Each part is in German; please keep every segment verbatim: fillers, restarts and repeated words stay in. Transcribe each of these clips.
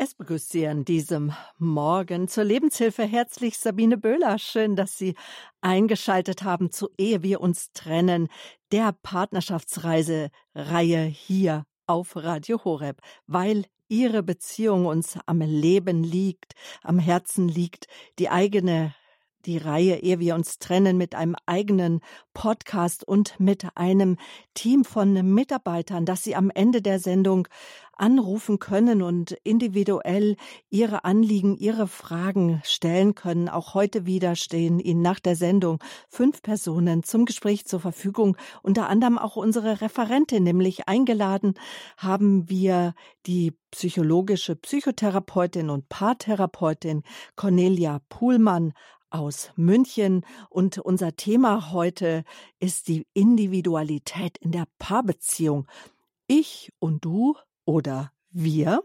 Es begrüßt Sie an diesem Morgen zur Lebenshilfe herzlich Sabine Böhler. Schön, dass Sie eingeschaltet haben zu Ehe wir uns trennen, der Partnerschaftsreise-Reihe hier auf Radio Horeb, weil Ihre Beziehung uns am Leben liegt, am Herzen liegt, die eigene Die Reihe Ehe wir uns trennen mit einem eigenen Podcast und mit einem Team von Mitarbeitern, dass Sie am Ende der Sendung anrufen können und individuell Ihre Anliegen, Ihre Fragen stellen können. Auch heute wieder stehen Ihnen nach der Sendung fünf Personen zum Gespräch zur Verfügung. Unter anderem auch unsere Referentin, nämlich eingeladen haben wir die psychologische Psychotherapeutin und Paartherapeutin Cornelia Puhlmann aus München. Und unser Thema heute ist die Individualität in der Paarbeziehung. Ich und du oder wir?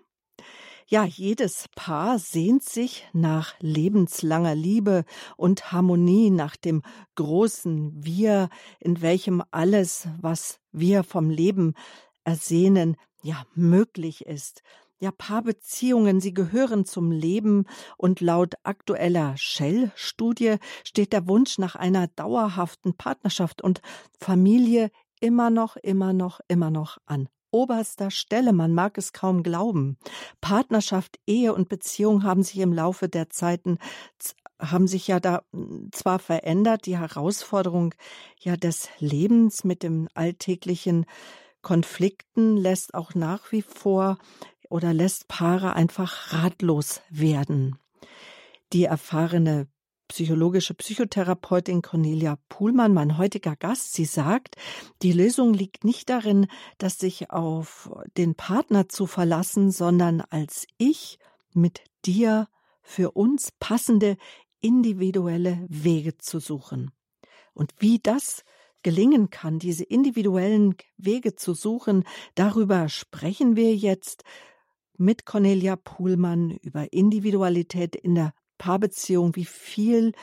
Ja, jedes Paar sehnt sich nach lebenslanger Liebe und Harmonie, nach dem großen Wir, in welchem alles, was wir vom Leben ersehnen, ja, möglich ist. Ja, Paarbeziehungen, sie gehören zum Leben und laut aktueller Shell-Studie steht der Wunsch nach einer dauerhaften Partnerschaft und Familie immer noch, immer noch, immer noch an oberster Stelle. Man mag es kaum glauben. Partnerschaft, Ehe und Beziehung haben sich im Laufe der Zeiten haben sich ja da zwar verändert, die Herausforderung ja des Lebens mit dem alltäglichen Konflikten lässt auch nach wie vor oder lässt Paare einfach ratlos werden. Die erfahrene psychologische Psychotherapeutin Cornelia Puhlmann, mein heutiger Gast, sie sagt, die Lösung liegt nicht darin, dass sich auf den Partner zu verlassen, sondern als Ich mit dir für uns passende individuelle Wege zu suchen. Und wie das gelingen kann, diese individuellen Wege zu suchen, darüber sprechen wir jetzt mit Cornelia Puhlmann über Individualität in der Paarbeziehung. Wie viel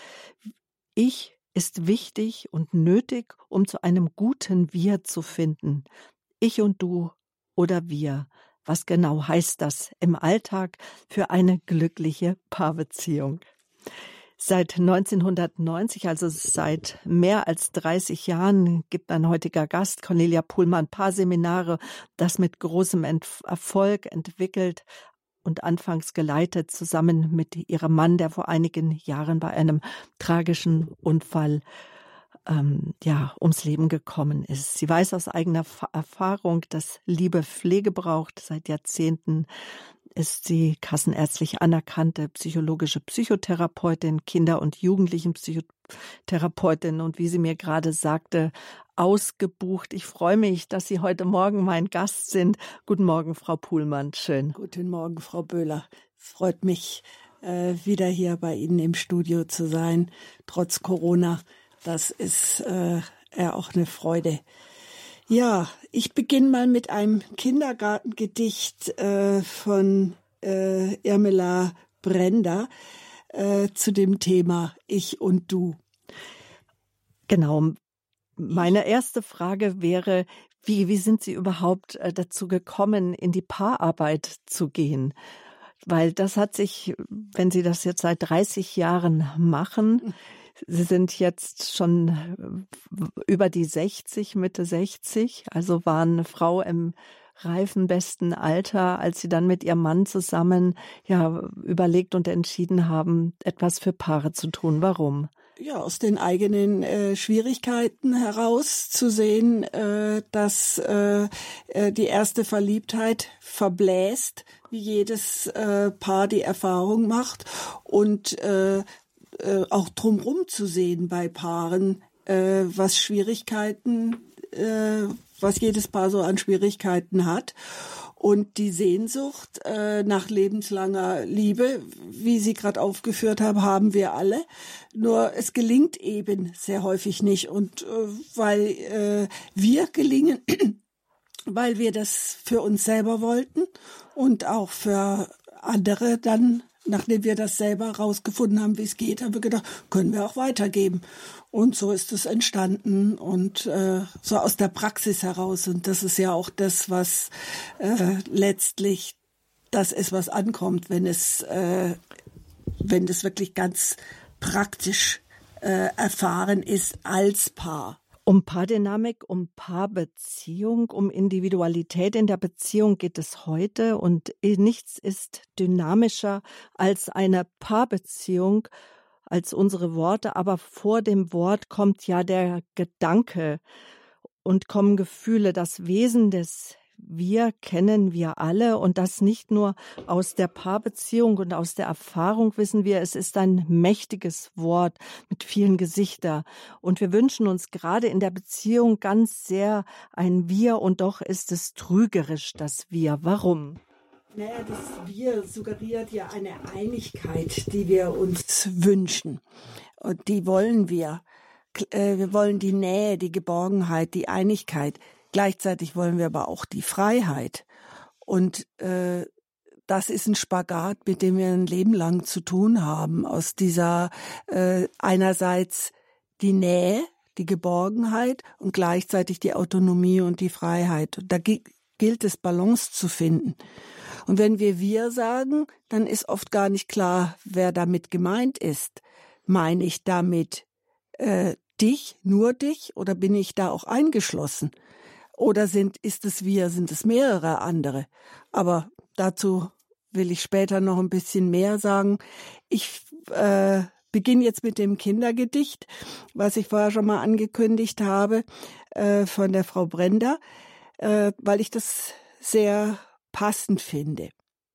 Ich ist wichtig und nötig, um zu einem guten Wir zu finden. Ich und du oder wir. Was genau heißt das im Alltag für eine glückliche Paarbeziehung? Seit neunzehnhundertneunzig, also seit mehr als dreißig Jahren, gibt mein heutiger Gast Cornelia Puhlmann Paarseminare, das mit großem Erfolg entwickelt und anfangs geleitet, zusammen mit ihrem Mann, der vor einigen Jahren bei einem tragischen Unfall ähm, ja, ums Leben gekommen ist. Sie weiß aus eigener Erfahrung, dass Liebe Pflege braucht. Seit Jahrzehnten ist sie kassenärztlich anerkannte psychologische Psychotherapeutin, Kinder- und Jugendlichenpsychotherapeutin und wie sie mir gerade sagte, ausgebucht. Ich freue mich, dass Sie heute Morgen mein Gast sind. Guten Morgen, Frau Puhlmann. Schön. Guten Morgen, Frau Böhler. Es freut mich, äh, wieder hier bei Ihnen im Studio zu sein, trotz Corona. Das ist äh, ja auch eine Freude. Ja, ich beginne mal mit einem Kindergartengedicht äh, von äh, Irmela Brenda äh, zu dem Thema Ich und du. Genau. Meine erste Frage wäre, wie, wie sind Sie überhaupt äh, dazu gekommen, in die Paararbeit zu gehen? Weil das hat sich, wenn Sie das jetzt seit dreißig Jahren machen, Sie sind jetzt schon über die sechzig, Mitte sechzig, also waren eine Frau im reifen, besten Alter, als Sie dann mit Ihrem Mann zusammen ja überlegt und entschieden haben, etwas für Paare zu tun. Warum? Ja, aus den eigenen äh, Schwierigkeiten heraus zu sehen, äh, dass äh, die erste Verliebtheit verbläst, wie jedes äh, Paar die Erfahrung macht und äh, äh, auch drumherum zu sehen bei Paaren, äh, was Schwierigkeiten, äh, was jedes Paar so an Schwierigkeiten hat. Und die Sehnsucht äh, nach lebenslanger Liebe, wie Sie gerade aufgeführt haben, haben wir alle. Nur es gelingt eben sehr häufig nicht. Und äh, weil äh, wir gelingen, weil wir das für uns selber wollten und auch für andere dann, nachdem wir das selber rausgefunden haben, wie es geht, haben wir gedacht, können wir auch weitergeben. Und so ist es entstanden und äh, so aus der Praxis heraus. Und das ist ja auch das, was äh, letztlich dass es was ankommt, wenn es, äh, wenn das wirklich ganz praktisch äh, erfahren ist als Paar. Um Paardynamik, um Paarbeziehung, um Individualität in der Beziehung geht es heute und nichts ist dynamischer als eine Paarbeziehung, als unsere Worte, aber vor dem Wort kommt ja der Gedanke und kommen Gefühle. Das Wesen des Wir kennen wir alle und das nicht nur aus der Paarbeziehung und aus der Erfahrung wissen wir, es ist ein mächtiges Wort mit vielen Gesichtern und wir wünschen uns gerade in der Beziehung ganz sehr ein Wir und doch ist es trügerisch, das Wir. Warum? Naja, das Wir suggeriert ja eine Einigkeit, die wir uns wünschen. Und die wollen wir. Wir wollen die Nähe, die Geborgenheit, die Einigkeit. Gleichzeitig wollen wir aber auch die Freiheit. Und äh, das ist ein Spagat, mit dem wir ein Leben lang zu tun haben. Aus dieser äh, einerseits die Nähe, die Geborgenheit und gleichzeitig die Autonomie und die Freiheit. Und da gi- gilt es, Balance zu finden. Und wenn wir wir sagen, dann ist oft gar nicht klar, wer damit gemeint ist. Meine ich damit äh, dich, nur dich, oder bin ich da auch eingeschlossen? Oder sind, ist es wir, sind es mehrere andere? Aber dazu will ich später noch ein bisschen mehr sagen. Ich äh, beginne jetzt mit dem Kindergedicht, was ich vorher schon mal angekündigt habe, äh, von der Frau Brenda, äh, weil ich das sehr passend finde.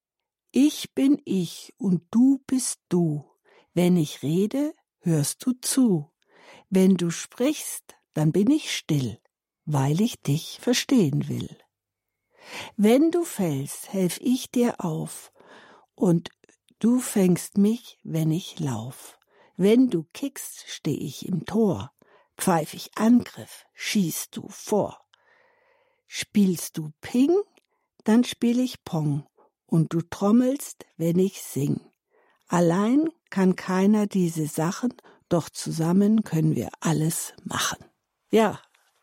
Ich bin ich und du bist du. Wenn ich rede, hörst du zu. Wenn du sprichst, dann bin ich still, weil ich dich verstehen will. Wenn du fällst, helf ich dir auf und du fängst mich, wenn ich lauf. Wenn du kickst, steh ich im Tor. Pfeif ich Angriff, schießt du vor. Spielst du Ping, dann spiel ich Pong und du trommelst, wenn ich sing. Allein kann keiner diese Sachen, doch zusammen können wir alles machen. Ja,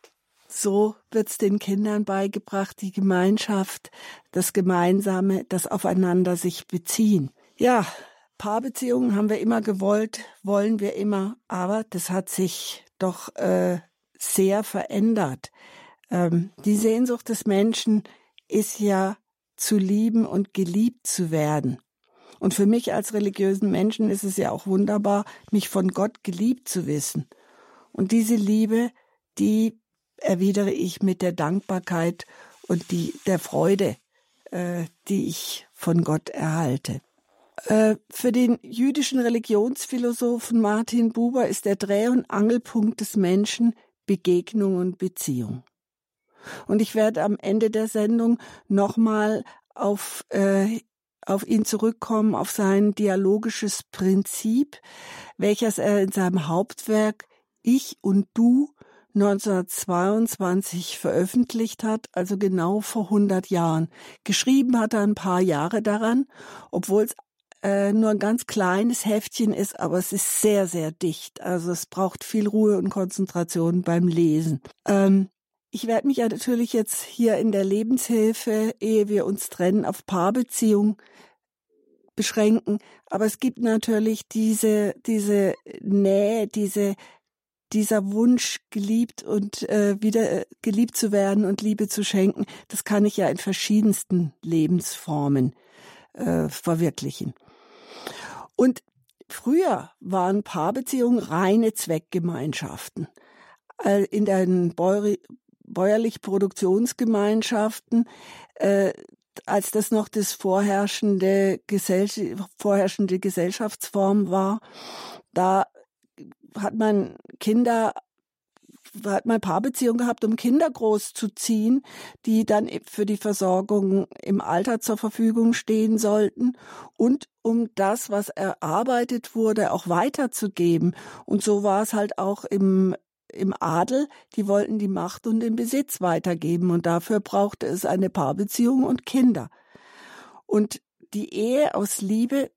so wird's den Kindern beigebracht, die Gemeinschaft, das Gemeinsame, das Aufeinander sich beziehen. Ja, Paarbeziehungen haben wir immer gewollt, wollen wir immer, aber das hat sich doch äh, sehr verändert. Ähm, die Sehnsucht des Menschen ist ja zu lieben und geliebt zu werden. Und für mich als religiösen Menschen ist es ja auch wunderbar, mich von Gott geliebt zu wissen. Und diese Liebe, die erwidere ich mit der Dankbarkeit und die, der Freude, äh, die ich von Gott erhalte. Äh, für den jüdischen Religionsphilosophen Martin Buber ist der Dreh- und Angelpunkt des Menschen Begegnung und Beziehung. Und ich werde am Ende der Sendung nochmal auf, äh, auf ihn zurückkommen, auf sein dialogisches Prinzip, welches er in seinem Hauptwerk Ich und Du neunzehnhundertzweiundzwanzig veröffentlicht hat, also genau vor hundert Jahren. Geschrieben hat er ein paar Jahre daran, obwohl es äh, nur ein ganz kleines Heftchen ist, aber es ist sehr, sehr dicht. Also es braucht viel Ruhe und Konzentration beim Lesen. Ähm, Ich werde mich ja natürlich jetzt hier in der Lebenshilfe, ehe wir uns trennen, auf Paarbeziehung beschränken. Aber es gibt natürlich diese, diese Nähe, diese, dieser Wunsch, geliebt und äh, wieder geliebt zu werden und Liebe zu schenken. Das kann ich ja in verschiedensten Lebensformen äh, verwirklichen. Und früher waren Paarbeziehungen reine Zweckgemeinschaften. In den Bäuer- bäuerlich-Produktionsgemeinschaften, äh, als das noch das vorherrschende, Gesell- vorherrschende Gesellschaftsform war, da hat man Kinder, hat man Paarbeziehungen gehabt, um Kinder großzuziehen, die dann für die Versorgung im Alter zur Verfügung stehen sollten und um das, was erarbeitet wurde, auch weiterzugeben. Und so war es halt auch im Im Adel, die wollten die Macht und den Besitz weitergeben und dafür brauchte es eine Paarbeziehung und Kinder. Und die Ehe aus Liebe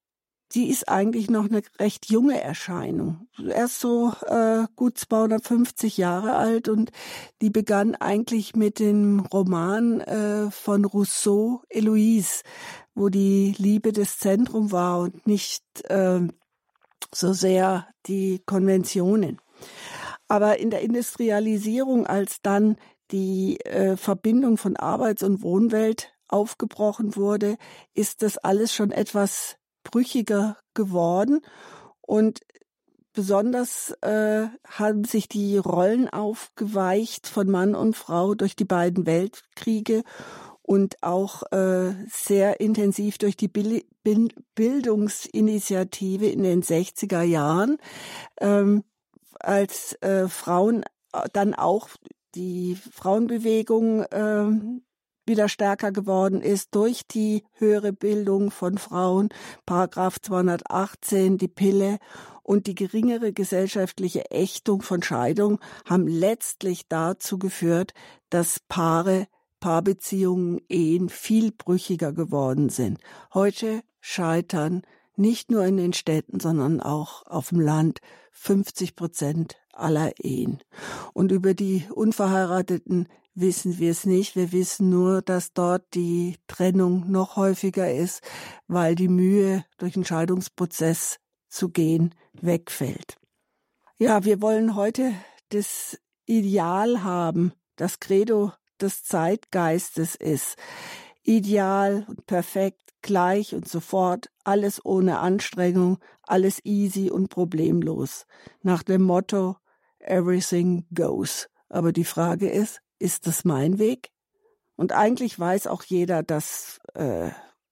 die ist eigentlich noch eine recht junge Erscheinung. Erst so äh, gut zweihundertfünfzig Jahre alt und die begann eigentlich mit dem Roman äh, von Rousseau, Eloise, wo die Liebe das Zentrum war und nicht äh, so sehr die Konventionen. Aber in der Industrialisierung, als dann die äh, Verbindung von Arbeits- und Wohnwelt aufgebrochen wurde, ist das alles schon etwas brüchiger geworden und besonders äh, haben sich die Rollen aufgeweicht von Mann und Frau durch die beiden Weltkriege und auch äh, sehr intensiv durch die Bil- Bil- Bildungsinitiative in den sechziger Jahren, ähm, als äh, Frauen dann auch die Frauenbewegung äh, wieder stärker geworden ist durch die höhere Bildung von Frauen, Paragraph zweihundertachtzehn, die Pille und die geringere gesellschaftliche Ächtung von Scheidung haben letztlich dazu geführt, dass Paare, Paarbeziehungen, Ehen viel brüchiger geworden sind. Heute scheitern nicht nur in den Städten, sondern auch auf dem Land fünfzig Prozent aller Ehen. Und über die Unverheirateten wissen wir es nicht. Wir wissen nur, dass dort die Trennung noch häufiger ist, weil die Mühe, durch den Scheidungsprozess zu gehen, wegfällt. Ja, wir wollen heute das Ideal haben, das Credo des Zeitgeistes ist. Ideal und perfekt, gleich und sofort, alles ohne Anstrengung, alles easy und problemlos. Nach dem Motto, everything goes. Aber die Frage ist, ist das mein Weg? Und eigentlich weiß auch jeder, dass, äh,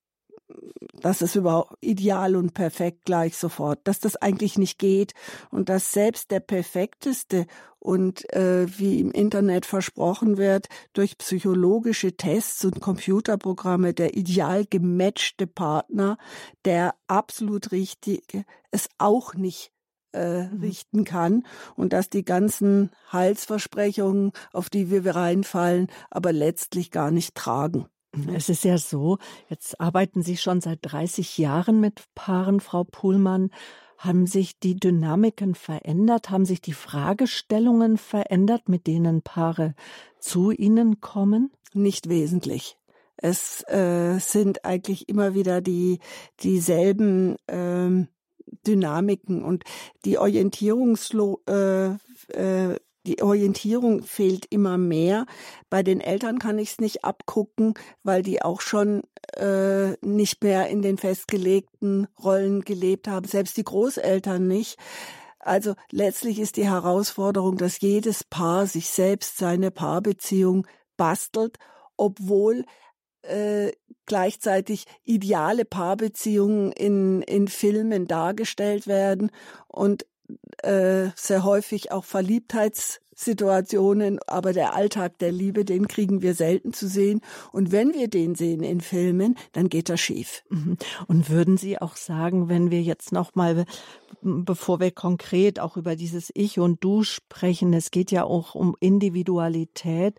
dass es überhaupt ideal und perfekt gleich sofort, dass das eigentlich nicht geht und dass selbst der perfekteste und äh, wie im Internet versprochen wird, durch psychologische Tests und Computerprogramme der ideal gematchte Partner, der absolut richtige, es auch nicht Äh, richten kann und dass die ganzen Heilsversprechungen, auf die wir reinfallen, aber letztlich gar nicht tragen. Es ist ja so, jetzt arbeiten Sie schon seit dreißig Jahren mit Paaren, Frau Puhlmann. Haben sich die Dynamiken verändert? Haben sich die Fragestellungen verändert, mit denen Paare zu Ihnen kommen? Nicht wesentlich. Es äh, sind eigentlich immer wieder die dieselben ähm, Dynamiken und die Orientierungslo äh, äh, die Orientierung fehlt immer mehr. Bei den Eltern kann ich es nicht abgucken, weil die auch schon äh, nicht mehr in den festgelegten Rollen gelebt haben, selbst die Großeltern nicht. Also letztlich ist die Herausforderung, dass jedes Paar sich selbst seine Paarbeziehung bastelt, obwohl Äh, gleichzeitig ideale Paarbeziehungen in, in Filmen dargestellt werden und äh, sehr häufig auch Verliebtheitssituationen, aber der Alltag der Liebe, den kriegen wir selten zu sehen. Und wenn wir den sehen in Filmen, dann geht das schief. Und würden Sie auch sagen, wenn wir jetzt noch mal, bevor wir konkret auch über dieses Ich und Du sprechen, es geht ja auch um Individualität,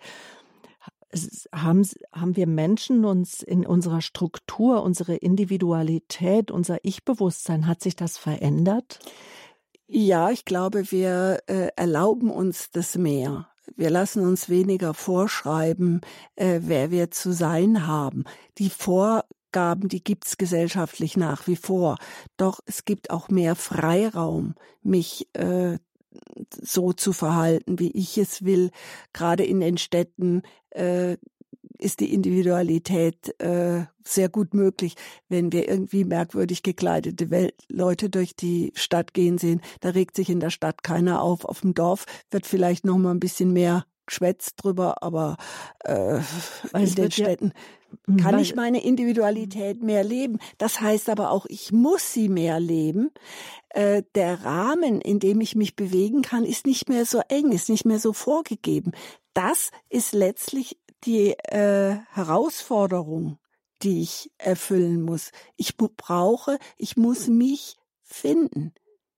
Haben, haben wir Menschen uns in unserer Struktur, unsere Individualität, unser Ich-Bewusstsein, hat sich das verändert? Ja, ich glaube, wir äh, erlauben uns das mehr. Wir lassen uns weniger vorschreiben, äh, wer wir zu sein haben. Die Vorgaben, die gibt's gesellschaftlich nach wie vor. Doch es gibt auch mehr Freiraum, mich äh, so zu verhalten, wie ich es will. Gerade in den Städten äh, ist die Individualität äh, sehr gut möglich. Wenn wir irgendwie merkwürdig gekleidete Welt Leute durch die Stadt gehen sehen, da regt sich in der Stadt keiner auf. Auf dem Dorf wird vielleicht noch mal ein bisschen mehr geschwätzt drüber, aber äh, in den Städten ja, kann ich meine Individualität mehr leben. Das heißt aber auch, ich muss sie mehr leben. Äh, der Rahmen, in dem ich mich bewegen kann, ist nicht mehr so eng, ist nicht mehr so vorgegeben. Das ist letztlich die äh, Herausforderung, die ich erfüllen muss. Ich brauche, ich muss mich finden.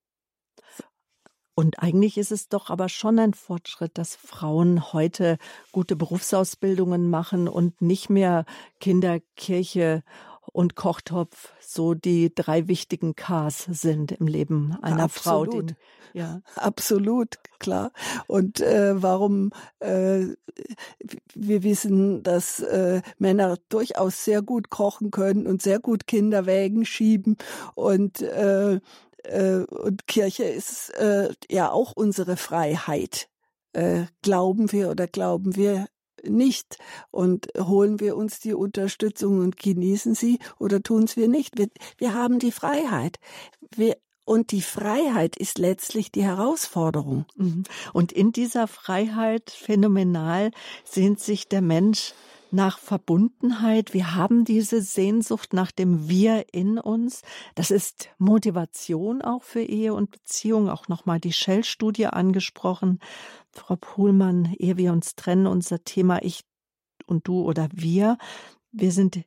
Und eigentlich ist es doch aber schon ein Fortschritt, dass Frauen heute gute Berufsausbildungen machen und nicht mehr Kinderkirche und Kochtopf so die drei wichtigen Ks sind im Leben einer Absolut. Frau. Die, ja, absolut, klar. Und äh, warum äh, wir wissen, dass äh, Männer durchaus sehr gut kochen können und sehr gut Kinderwägen schieben und äh, äh, und Kirche ist äh, ja auch unsere Freiheit. Äh, glauben wir oder glauben wir nicht? Und holen wir uns die Unterstützung und genießen sie oder tun es wir nicht? Wir, wir haben die Freiheit. Wir, und die Freiheit ist letztlich die Herausforderung. Und in dieser Freiheit, phänomenal, sehnt sich der Mensch nach Verbundenheit. Wir haben diese Sehnsucht nach dem Wir in uns. Das ist Motivation auch für Ehe und Beziehung. Auch nochmal die Shell-Studie angesprochen. Frau Pohlmann, ehe wir uns trennen, unser Thema Ich und Du oder Wir. Wir sind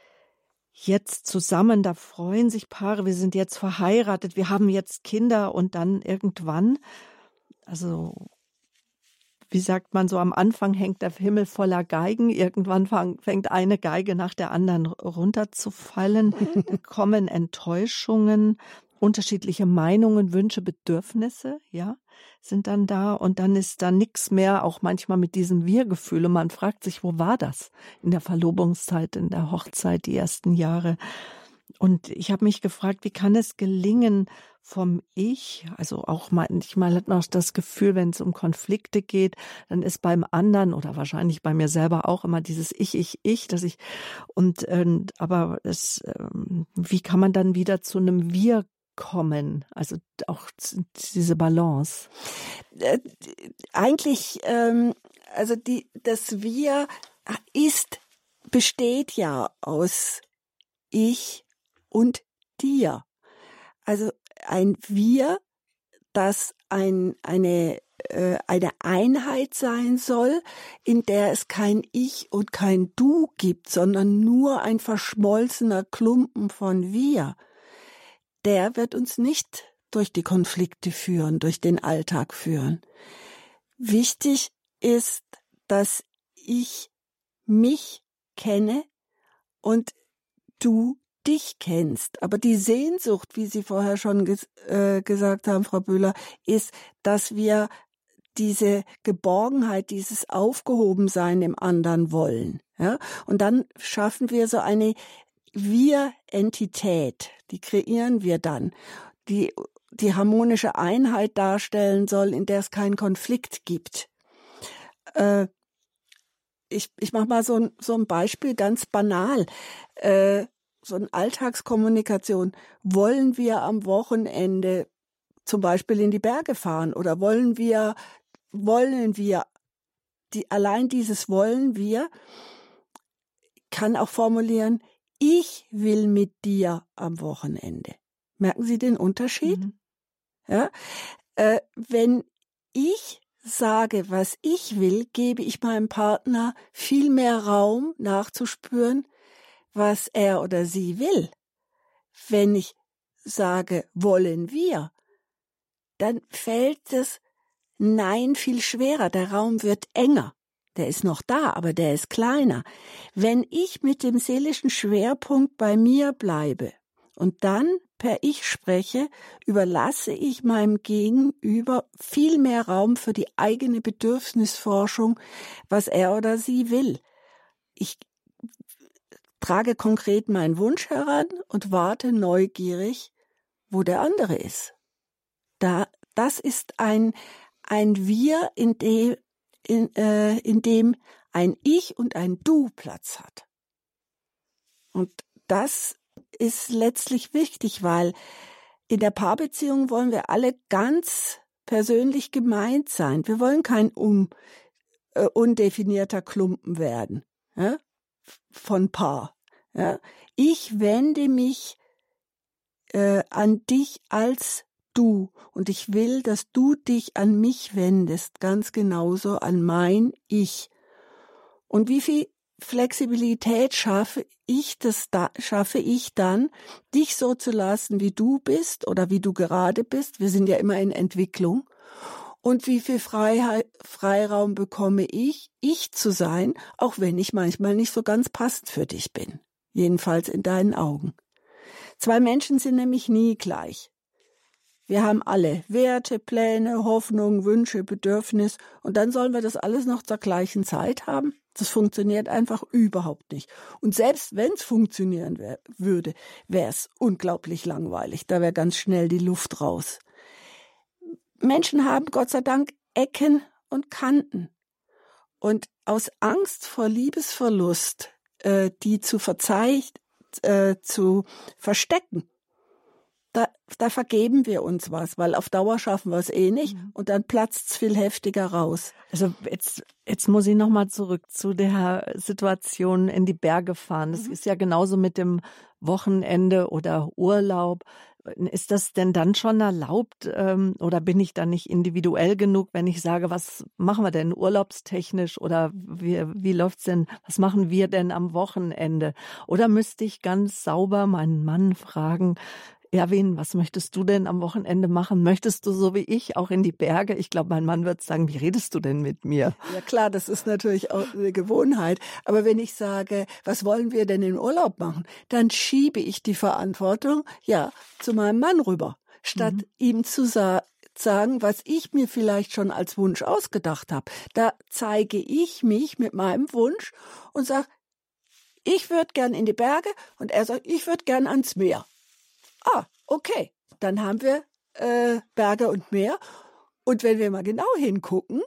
jetzt zusammen, da freuen sich Paare, wir sind jetzt verheiratet, wir haben jetzt Kinder und dann irgendwann, also wie sagt man so, am Anfang hängt der Himmel voller Geigen, irgendwann fang, fängt eine Geige nach der anderen runterzufallen, kommen Enttäuschungen, unterschiedliche Meinungen, Wünsche, Bedürfnisse, ja, sind dann da und dann ist da nichts mehr, auch manchmal mit diesem Wir-Gefühl und man fragt sich, wo war das in der Verlobungszeit, in der Hochzeit, die ersten Jahre? Und ich habe mich gefragt, wie kann es gelingen, vom Ich, also auch manchmal hat man auch das Gefühl, wenn es um Konflikte geht, dann ist beim anderen oder wahrscheinlich bei mir selber auch immer dieses Ich, Ich, Ich, dass ich und äh, aber es, äh, wie kann man dann wieder zu einem Wir kommen? Also auch diese Balance. Äh, eigentlich, ähm, also die, das Wir ist besteht ja aus Ich und dir. Also ein Wir, das ein, eine, äh, eine Einheit sein soll, in der es kein Ich und kein Du gibt, sondern nur ein verschmolzener Klumpen von Wir. Der wird uns nicht durch die Konflikte führen, durch den Alltag führen. Wichtig ist, dass ich mich kenne und du dich kennst. Aber die Sehnsucht, wie Sie vorher schon ges- äh, gesagt haben, Frau Böhler, ist, dass wir diese Geborgenheit, dieses Aufgehobensein im anderen wollen. Ja? Und dann schaffen wir so eine Wir-Entität, die kreieren wir dann, die die harmonische Einheit darstellen soll, in der es keinen Konflikt gibt. Äh, ich ich mache mal so ein, so ein Beispiel, ganz banal. Äh, so eine Alltagskommunikation. Wollen wir am Wochenende zum Beispiel in die Berge fahren oder wollen wir, wollen wir, die, allein dieses wollen wir kann auch formulieren, ich will mit dir am Wochenende. Merken Sie den Unterschied? Mhm. Ja? Äh, wenn ich sage, was ich will, gebe ich meinem Partner viel mehr Raum nachzuspüren, was er oder sie will. Wenn ich sage, wollen wir, dann fällt das Nein viel schwerer. Der Raum wird enger. Der ist noch da, aber der ist kleiner. Wenn ich mit dem seelischen Schwerpunkt bei mir bleibe und dann per Ich spreche, überlasse ich meinem Gegenüber viel mehr Raum für die eigene Bedürfnisforschung, was er oder sie will. Ich trage konkret meinen Wunsch heran und warte neugierig, wo der andere ist. Da, das ist ein, ein Wir, in dem, in, äh, in dem ein Ich und ein Du Platz hat. Und das ist letztlich wichtig, weil in der Paarbeziehung wollen wir alle ganz persönlich gemeint sein. Wir wollen kein un, äh, undefinierter Klumpen werden, ja, von Paar. Ja. Ich wende mich äh, an dich als du und ich will, dass du dich an mich wendest, ganz genauso an mein Ich. Und wie viel Flexibilität schaffe ich das da, schaffe ich dann, dich so zu lassen, wie du bist oder wie du gerade bist. Wir sind ja immer in Entwicklung. Und wie viel Freiheit, Freiraum bekomme ich, ich zu sein, auch wenn ich manchmal nicht so ganz passend für dich bin. jedenfalls in deinen Augen. Zwei Menschen sind nämlich nie gleich. Wir haben alle Werte, Pläne, Hoffnungen, Wünsche, Bedürfnisse und dann sollen wir das alles noch zur gleichen Zeit haben? Das funktioniert einfach überhaupt nicht. Und selbst wenn es funktionieren wär, würde, wäre es unglaublich langweilig. Da wäre ganz schnell die Luft raus. Menschen haben Gott sei Dank Ecken und Kanten. Und aus Angst vor Liebesverlust, äh, die zu verzeichnen, äh, zu verstecken, da, da vergeben wir uns was, weil auf Dauer schaffen wir es eh nicht mhm. und dann platzt es viel heftiger raus. Also jetzt, jetzt muss ich nochmal zurück zu der Situation in die Berge fahren. Das mhm. ist ja genauso mit dem Wochenende oder Urlaub. Ist das denn dann schon erlaubt ähm, oder bin ich dann nicht individuell genug, wenn ich sage, was machen wir denn urlaubstechnisch oder wie, wie läuft's denn, was machen wir denn am Wochenende? Oder müsste ich ganz sauber meinen Mann fragen, Erwin, was möchtest du denn am Wochenende machen? Möchtest du so wie ich auch in die Berge? Ich glaube, mein Mann wird sagen, wie redest du denn mit mir? Ja klar, das ist natürlich auch eine Gewohnheit. Aber wenn ich sage, was wollen wir denn im Urlaub machen, dann schiebe ich die Verantwortung ja zu meinem Mann rüber, statt mhm. ihm zu sagen, sagen, was ich mir vielleicht schon als Wunsch ausgedacht habe. Da zeige ich mich mit meinem Wunsch und sage, ich würde gern in die Berge und er sagt, ich würde gern ans Meer. Ah, okay, dann haben wir äh, Berge und Meer. Und wenn wir mal genau hingucken,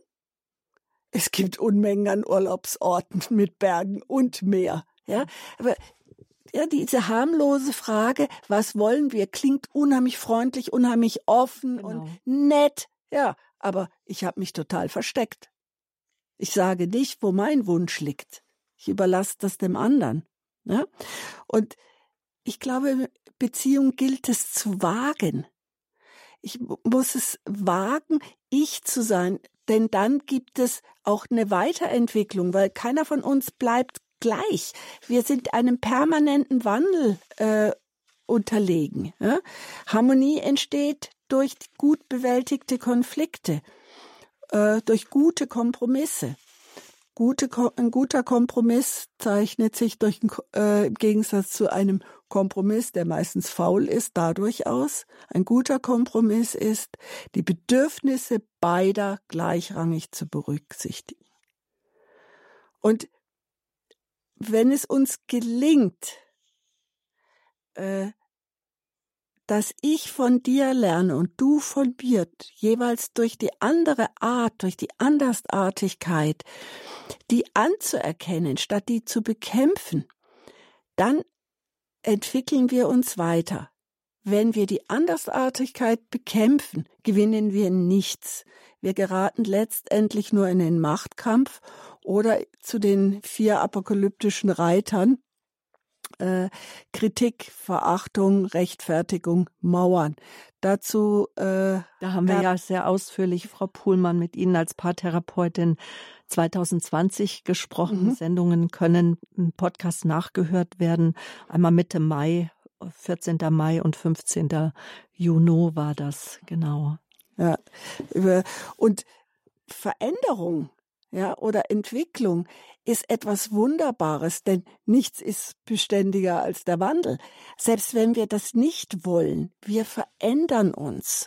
es gibt Unmengen an Urlaubsorten mit Bergen und Meer. Ja, aber ja, diese harmlose Frage, was wollen wir, klingt unheimlich freundlich, unheimlich offen genau. und nett. Ja, aber ich habe mich total versteckt. Ich sage nicht, wo mein Wunsch liegt. Ich überlasse das dem anderen. Ja? Und ich glaube, Beziehung gilt es zu wagen. Ich muss es wagen, ich zu sein, denn dann gibt es auch eine Weiterentwicklung, weil keiner von uns bleibt gleich. Wir sind einem permanenten Wandel äh, unterlegen. Ja? Harmonie entsteht durch gut bewältigte Konflikte, äh, durch gute Kompromisse. Gute, ein guter Kompromiss zeichnet sich durch, äh, im Gegensatz zu einem Kompromiss, der meistens faul ist, dadurch aus. Ein guter Kompromiss ist, die Bedürfnisse beider gleichrangig zu berücksichtigen. Und wenn es uns gelingt, äh, dass ich von dir lerne und du von mir, jeweils durch die andere Art, durch die Andersartigkeit, die anzuerkennen, statt die zu bekämpfen, dann entwickeln wir uns weiter. Wenn wir die Andersartigkeit bekämpfen, gewinnen wir nichts. Wir geraten letztendlich nur in den Machtkampf oder zu den vier apokalyptischen Reitern, Äh, Kritik, Verachtung, Rechtfertigung, Mauern. Dazu äh, da haben wir ja sehr ausführlich, Frau Pohlmann, mit Ihnen als Paartherapeutin zwanzig zwanzig gesprochen. Mhm. Sendungen können im Podcast nachgehört werden. Einmal Mitte Mai, vierzehnten Mai und fünfzehnten Juni war das, genau. Ja, und Veränderung, ja, oder Entwicklung ist etwas Wunderbares, denn nichts ist beständiger als der Wandel. Selbst wenn wir das nicht wollen, wir verändern uns.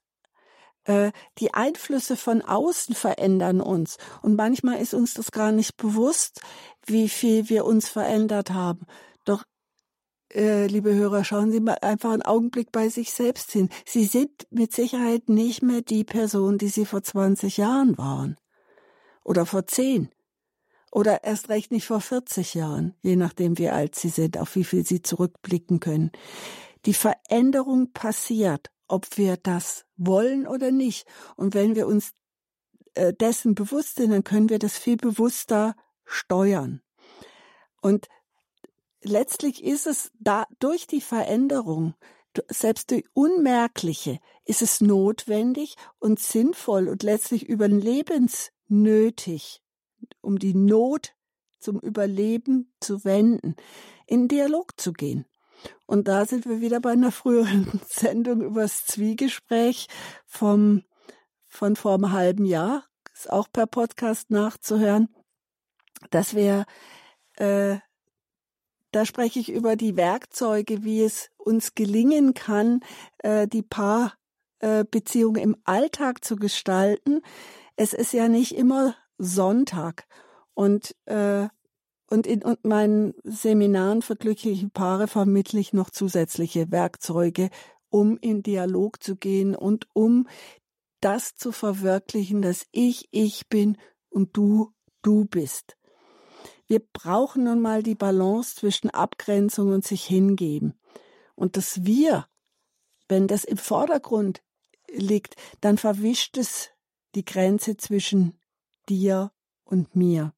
Äh, die Einflüsse von außen verändern uns. Und manchmal ist uns das gar nicht bewusst, wie viel wir uns verändert haben. Doch, äh, liebe Hörer, schauen Sie mal einfach einen Augenblick bei sich selbst hin. Sie sind mit Sicherheit nicht mehr die Person, die Sie vor zwanzig Jahren waren. Oder vor zehn. Oder erst recht nicht vor vierzig Jahren, je nachdem wie alt Sie sind, auf wie viel Sie zurückblicken können. Die Veränderung passiert, ob wir das wollen oder nicht. Und wenn wir uns äh, dessen bewusst sind, dann können wir das viel bewusster steuern. Und letztlich ist es da durch die Veränderung, selbst durch Unmerkliche, ist es notwendig und sinnvoll und letztlich überlebensnötig, um die Not zum Überleben zu wenden, in Dialog zu gehen. Und da sind wir wieder bei einer früheren Sendung über das Zwiegespräch vom, von vor einem halben Jahr, ist auch per Podcast nachzuhören, dass wir äh, da spreche ich über die Werkzeuge, wie es uns gelingen kann, äh, die Paarbeziehung äh, im Alltag zu gestalten. Es ist ja nicht immer Sonntag. Und, äh, und in und meinen Seminaren für glückliche Paare vermittle ich noch zusätzliche Werkzeuge, um in Dialog zu gehen und um das zu verwirklichen, dass ich ich bin und du du bist. Wir brauchen nun mal die Balance zwischen Abgrenzung und sich hingeben. Und das Wir, wenn das im Vordergrund liegt, dann verwischt es die Grenze zwischen dir und mir.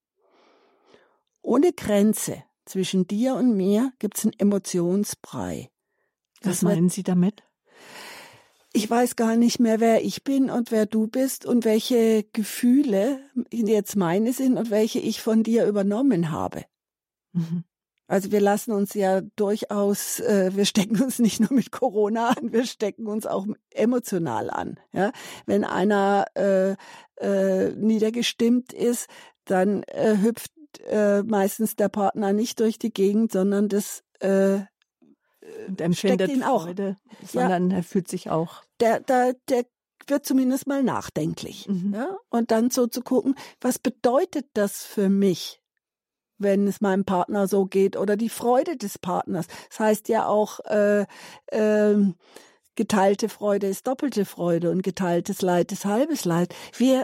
Ohne Grenze zwischen dir und mir gibt es einen Emotionsbrei. Was meinen Sie damit? Ich weiß gar nicht mehr, wer ich bin und wer du bist und welche Gefühle jetzt meine sind und welche ich von dir übernommen habe. Mhm. Also wir lassen uns ja durchaus, äh, wir stecken uns nicht nur mit Corona an, wir stecken uns auch emotional an. Ja? Wenn einer äh, äh, niedergestimmt ist, dann äh, hüpft äh, meistens der Partner nicht durch die Gegend, sondern das äh, und empfindet ihn auch. Freude, sondern ja, er fühlt sich auch. Der, der, der wird zumindest mal nachdenklich. Mhm. Ja? Und dann so zu gucken, was bedeutet das für mich, wenn es meinem Partner so geht, oder die Freude des Partners. Das heißt ja auch, äh, äh, geteilte Freude ist doppelte Freude und geteiltes Leid ist halbes Leid. Wir,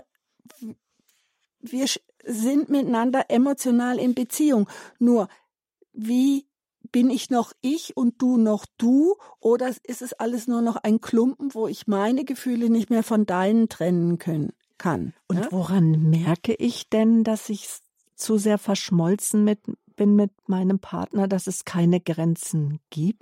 wir sind miteinander emotional in Beziehung. Nur, wie bin ich noch ich und du noch du, oder ist es alles nur noch ein Klumpen, wo ich meine Gefühle nicht mehr von deinen trennen können, kann? Und ja? Woran merke ich denn, dass ich zu sehr verschmolzen mit, bin mit meinem Partner, dass es keine Grenzen gibt?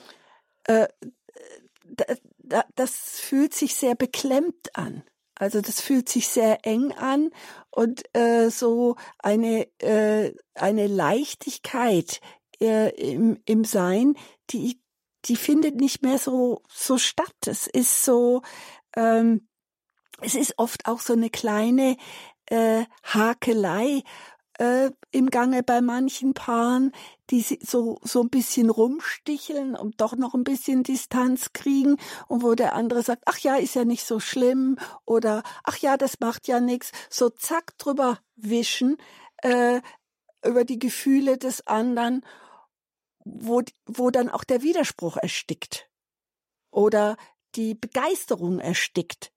Äh, da, da, das fühlt sich sehr beklemmt an. Also das fühlt sich sehr eng an und äh, so eine, äh, eine Leichtigkeit Im, im Sein, die, die findet nicht mehr so, so statt. Es ist so, ähm, es ist oft auch so eine kleine äh, Hakelei äh, im Gange bei manchen Paaren, die so, so ein bisschen rumsticheln und doch noch ein bisschen Distanz kriegen und wo der andere sagt, ach ja, ist ja nicht so schlimm oder ach ja, das macht ja nichts. So zack drüber wischen äh, über die Gefühle des anderen, wo, wo dann auch der Widerspruch erstickt oder die Begeisterung erstickt.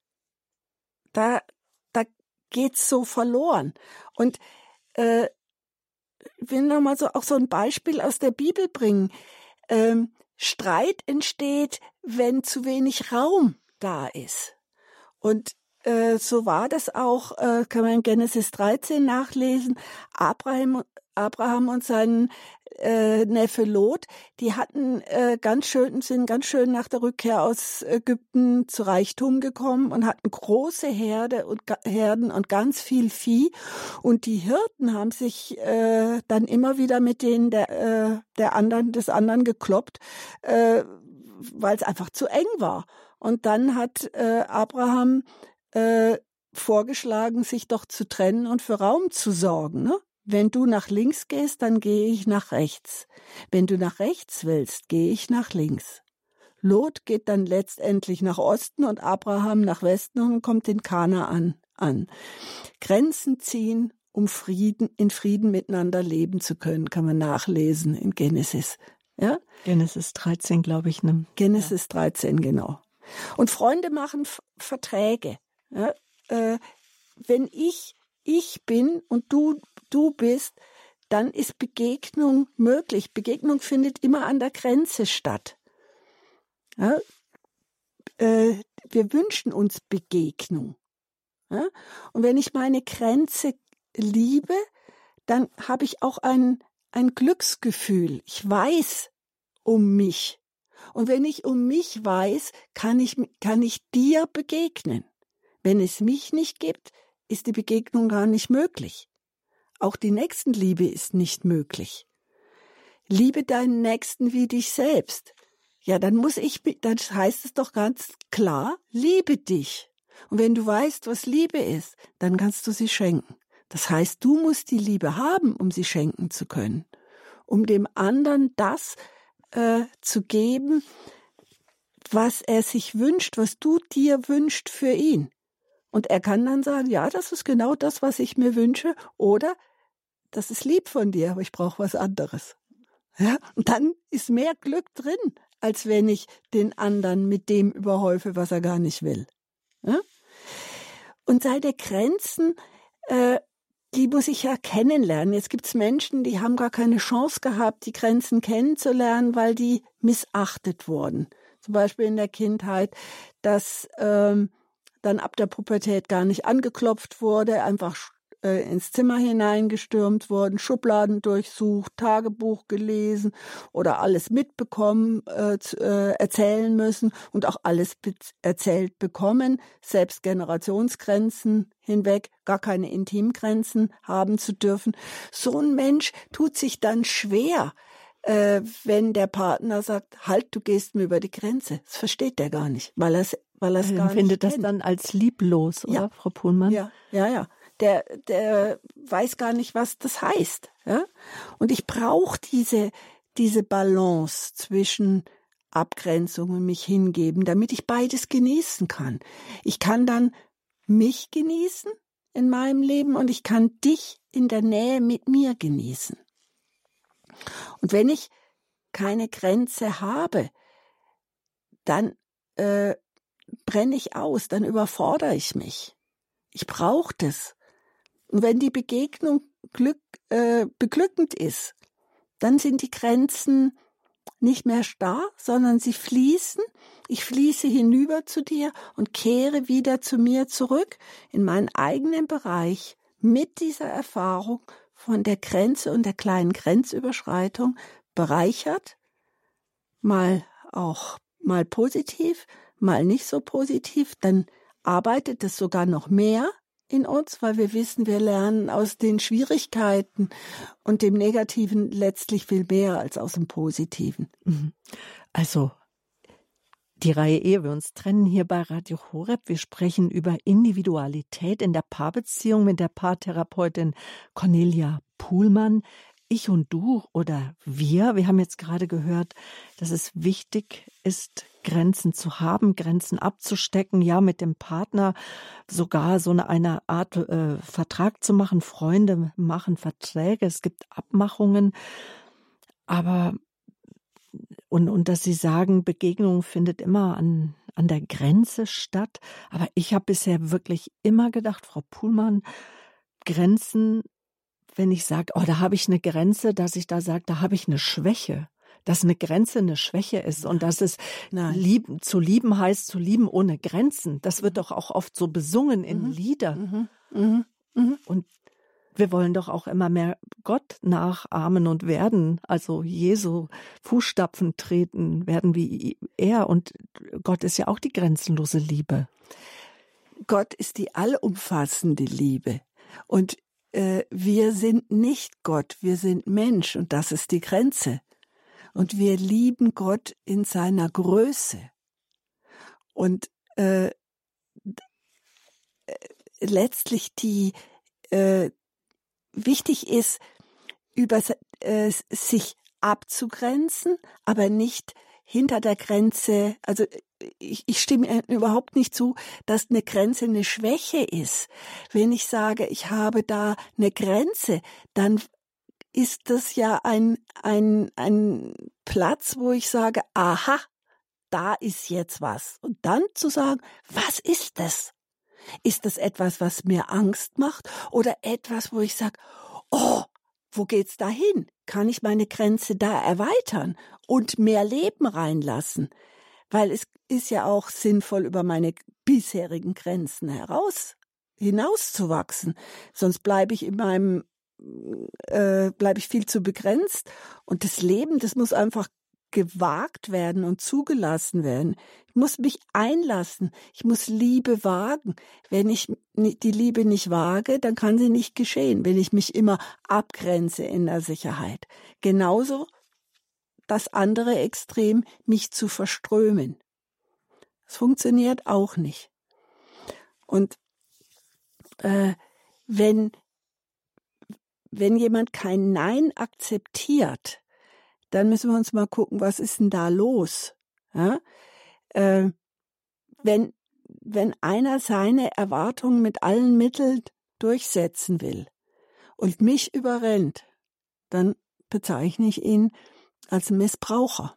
Da, da geht's so verloren. Und äh, ich will nochmal so auch so ein Beispiel aus der Bibel bringen. Ähm, Streit entsteht, wenn zu wenig Raum da ist. Und äh, so war das auch, äh, kann man in Genesis dreizehn nachlesen. Abraham, Abraham und sein äh, Neffe Lot, die hatten äh, ganz schön, sind ganz schön nach der Rückkehr aus Ägypten zu Reichtum gekommen und hatten große Herde und Herden und ganz viel Vieh. Und die Hirten haben sich äh, dann immer wieder mit denen der äh, der anderen des anderen gekloppt, äh, weil es einfach zu eng war. Und dann hat äh, Abraham äh, vorgeschlagen, sich doch zu trennen und für Raum zu sorgen, ne? Wenn du nach links gehst, dann gehe ich nach rechts. Wenn du nach rechts willst, gehe ich nach links. Lot geht dann letztendlich nach Osten und Abraham nach Westen und kommt in Kanaan an. Grenzen ziehen, um Frieden, in Frieden miteinander leben zu können, kann man nachlesen in Genesis. Ja? Genesis dreizehn, glaube ich. Ne? Genesis ja. dreizehn, genau. Und Freunde machen F- Verträge. Ja? Äh, wenn ich ich bin und du du bist, dann ist Begegnung möglich. Begegnung findet immer an der Grenze statt. Ja? Äh, wir wünschen uns Begegnung. Ja? Und wenn ich meine Grenze liebe, dann habe ich auch ein, ein Glücksgefühl. Ich weiß um mich. Und wenn ich um mich weiß, kann ich, kann ich dir begegnen. Wenn es mich nicht gibt, ist die Begegnung gar nicht möglich. Auch die Nächstenliebe ist nicht möglich. Liebe deinen Nächsten wie dich selbst. Ja, dann muss ich, dann heißt es doch ganz klar, liebe dich. Und wenn du weißt, was Liebe ist, dann kannst du sie schenken. Das heißt, du musst die Liebe haben, um sie schenken zu können. um dem anderen das äh, zu geben, was er sich wünscht, was du dir wünschst für ihn. Und er kann dann sagen, ja, das ist genau das, was ich mir wünsche, oder das ist lieb von dir, aber ich brauche was anderes. Ja? Und dann ist mehr Glück drin, als wenn ich den anderen mit dem überhäufe, was er gar nicht will. Ja? Und seine Grenzen, äh, die muss ich ja kennenlernen. Jetzt gibt's Menschen, die haben gar keine Chance gehabt, die Grenzen kennenzulernen, weil die missachtet wurden. Zum Beispiel in der Kindheit, dass ähm, dann ab der Pubertät gar nicht angeklopft wurde, einfach äh, ins Zimmer hineingestürmt worden, Schubladen durchsucht, Tagebuch gelesen oder alles mitbekommen, äh, zu, äh, erzählen müssen und auch alles be- erzählt bekommen, selbst Generationsgrenzen hinweg, gar keine Intimgrenzen haben zu dürfen. So ein Mensch tut sich dann schwer, äh, wenn der Partner sagt, halt, du gehst mir über die Grenze. Das versteht der gar nicht, weil er es weil er es gar nicht empfindet das kennt. dann als lieblos, oder, Ja. Frau Pohlmann? Ja, ja, ja. Der, der weiß gar nicht, was das heißt. Ja? Und ich brauche diese, diese Balance zwischen Abgrenzung und mich hingeben, damit ich beides genießen kann. Ich kann dann mich genießen in meinem Leben und ich kann dich in der Nähe mit mir genießen. Und wenn ich keine Grenze habe, dann äh, brenne ich aus, dann überfordere ich mich. Ich brauche das. Und wenn die Begegnung Glück, äh, beglückend ist, dann sind die Grenzen nicht mehr starr, sondern sie fließen. Ich fließe hinüber zu dir und kehre wieder zu mir zurück in meinen eigenen Bereich mit dieser Erfahrung von der Grenze und der kleinen Grenzüberschreitung bereichert, mal auch mal positiv, mal nicht so positiv, dann arbeitet es sogar noch mehr in uns, weil wir wissen, wir lernen aus den Schwierigkeiten und dem Negativen letztlich viel mehr als aus dem Positiven. Also die Reihe Ehe wir uns trennen hier bei Radio Horeb. Wir sprechen über Individualität in der Paarbeziehung mit der Paartherapeutin Cornelia Pohlmann. Ich und du oder wir, wir haben jetzt gerade gehört, dass es wichtig ist, Grenzen zu haben, Grenzen abzustecken, ja, mit dem Partner sogar so eine, eine Art äh, Vertrag zu machen. Freunde machen Verträge, es gibt Abmachungen, aber und, und dass Sie sagen, Begegnung findet immer an, an der Grenze statt. Aber ich habe bisher wirklich immer gedacht, Frau Pohlmann, Grenzen, wenn ich sage, oh, da habe ich eine Grenze, dass ich da sage, da habe ich eine Schwäche. Dass eine Grenze eine Schwäche ist und dass es lieben, zu lieben heißt, zu lieben ohne Grenzen. Das wird doch auch oft so besungen in mhm. Liedern. Mhm. Mhm. Mhm. Und wir wollen doch auch immer mehr Gott nachahmen und werden, also Jesu Fußstapfen treten, werden wie er. Und Gott ist ja auch die grenzenlose Liebe. Gott ist die allumfassende Liebe. Und äh, wir sind nicht Gott, wir sind Mensch und das ist die Grenze. Und wir lieben Gott in seiner Größe. Und äh, letztlich die äh, wichtig ist, über äh, sich abzugrenzen, aber nicht hinter der Grenze, also ich, ich stimme überhaupt nicht zu, dass eine Grenze eine Schwäche ist. Wenn ich sage, ich habe da eine Grenze, dann ist das ja ein, ein, ein Platz, wo ich sage, aha, da ist jetzt was. Und dann zu sagen, was ist das? Ist das etwas, was mir Angst macht? Oder etwas, wo ich sage, oh, wo geht's da hin? Kann ich meine Grenze da erweitern und mehr Leben reinlassen? Weil es ist ja auch sinnvoll, über meine bisherigen Grenzen heraus, hinauszuwachsen. Sonst bleibe ich in meinem Äh, bleibe ich viel zu begrenzt. Und das Leben, das muss einfach gewagt werden und zugelassen werden. Ich muss mich einlassen. Ich muss Liebe wagen. Wenn ich die Liebe nicht wage, dann kann sie nicht geschehen, wenn ich mich immer abgrenze in der Sicherheit. Genauso das andere Extrem, mich zu verströmen. Das funktioniert auch nicht. Und äh, wenn Wenn jemand kein Nein akzeptiert, dann müssen wir uns mal gucken, was ist denn da los? Ja? Äh, wenn, wenn einer seine Erwartungen mit allen Mitteln durchsetzen will und mich überrennt, dann bezeichne ich ihn als Missbraucher.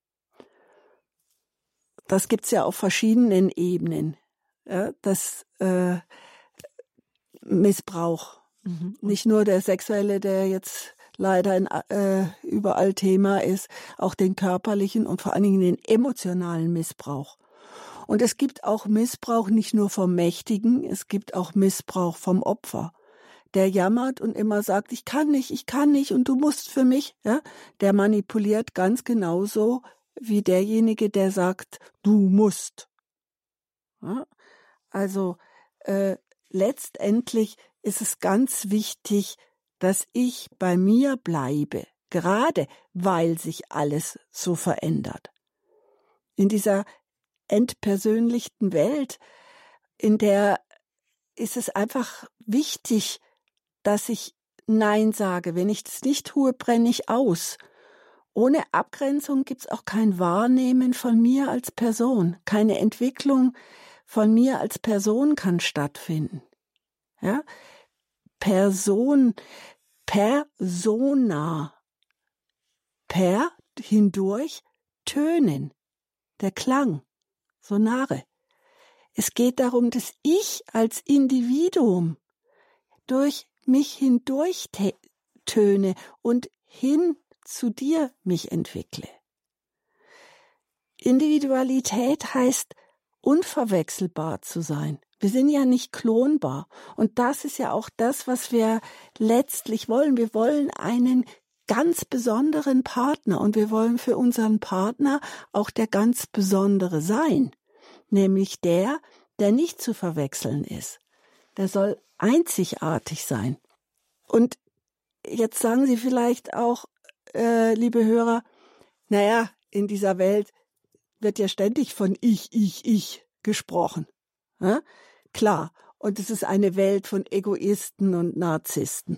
Das gibt's ja auf verschiedenen Ebenen. Ja, das äh, Missbrauch. Mhm. Nicht nur der sexuelle, der jetzt leider in, äh, überall Thema ist, auch den körperlichen und vor allen Dingen den emotionalen Missbrauch. Und es gibt auch Missbrauch nicht nur vom Mächtigen, es gibt auch Missbrauch vom Opfer. Der jammert und immer sagt, ich kann nicht, ich kann nicht und du musst für mich. Ja? Der manipuliert ganz genauso wie derjenige, der sagt, du musst. Ja? Also äh, letztendlich ist es ganz wichtig, dass ich bei mir bleibe, gerade weil sich alles so verändert. In dieser entpersönlichten Welt, in der ist es einfach wichtig, dass ich Nein sage. Wenn ich das nicht tue, brenne ich aus. Ohne Abgrenzung gibt es auch kein Wahrnehmen von mir als Person. Keine Entwicklung von mir als Person kann stattfinden. Ja? Person, Persona, per, hindurch, Tönen, der Klang, Sonare. Es geht darum, dass ich als Individuum durch mich hindurch töne und hin zu dir mich entwickle. Individualität heißt, unverwechselbar zu sein. Wir sind ja nicht klonbar. Und das ist ja auch das, was wir letztlich wollen. Wir wollen einen ganz besonderen Partner und wir wollen für unseren Partner auch der ganz Besondere sein. Nämlich der, der nicht zu verwechseln ist. Der soll einzigartig sein. Und jetzt sagen Sie vielleicht auch, äh, liebe Hörer, naja, in dieser Welt wird ja ständig von ich, ich, ich gesprochen. Ja? Klar, und es ist eine Welt von Egoisten und Narzissten.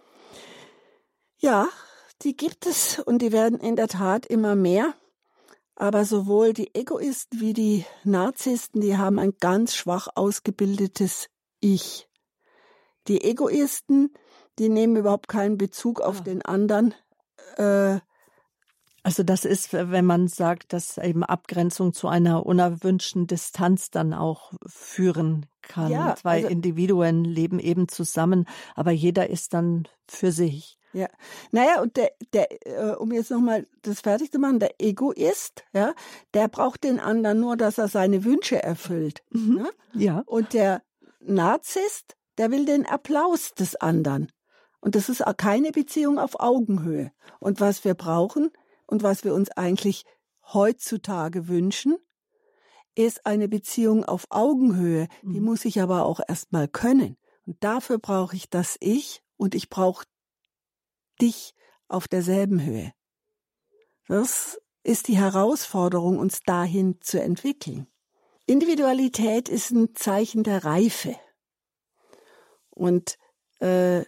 Ja, die gibt es und die werden in der Tat immer mehr. Aber sowohl die Egoisten wie die Narzissten, die haben ein ganz schwach ausgebildetes Ich. Die Egoisten, die nehmen überhaupt keinen Bezug auf ja. den anderen. Äh, Also das ist, wenn man sagt, dass eben Abgrenzung zu einer unerwünschten Distanz dann auch führen kann. Ja, Zwei also, Individuen leben eben zusammen, aber jeder ist dann für sich. Ja, naja, und der, der, äh, um jetzt nochmal das fertig zu machen, der Egoist, ja, der braucht den anderen nur, dass er seine Wünsche erfüllt. Mhm. Ne? Ja. Und der Narzisst, der will den Applaus des anderen. Und das ist auch keine Beziehung auf Augenhöhe. Und was wir brauchen und was wir uns eigentlich heutzutage wünschen, ist eine Beziehung auf Augenhöhe. Die mhm. muss ich aber auch erstmal können. Und dafür brauche ich das Ich und ich brauche dich auf derselben Höhe. Das ist die Herausforderung, uns dahin zu entwickeln. Individualität ist ein Zeichen der Reife. Und äh,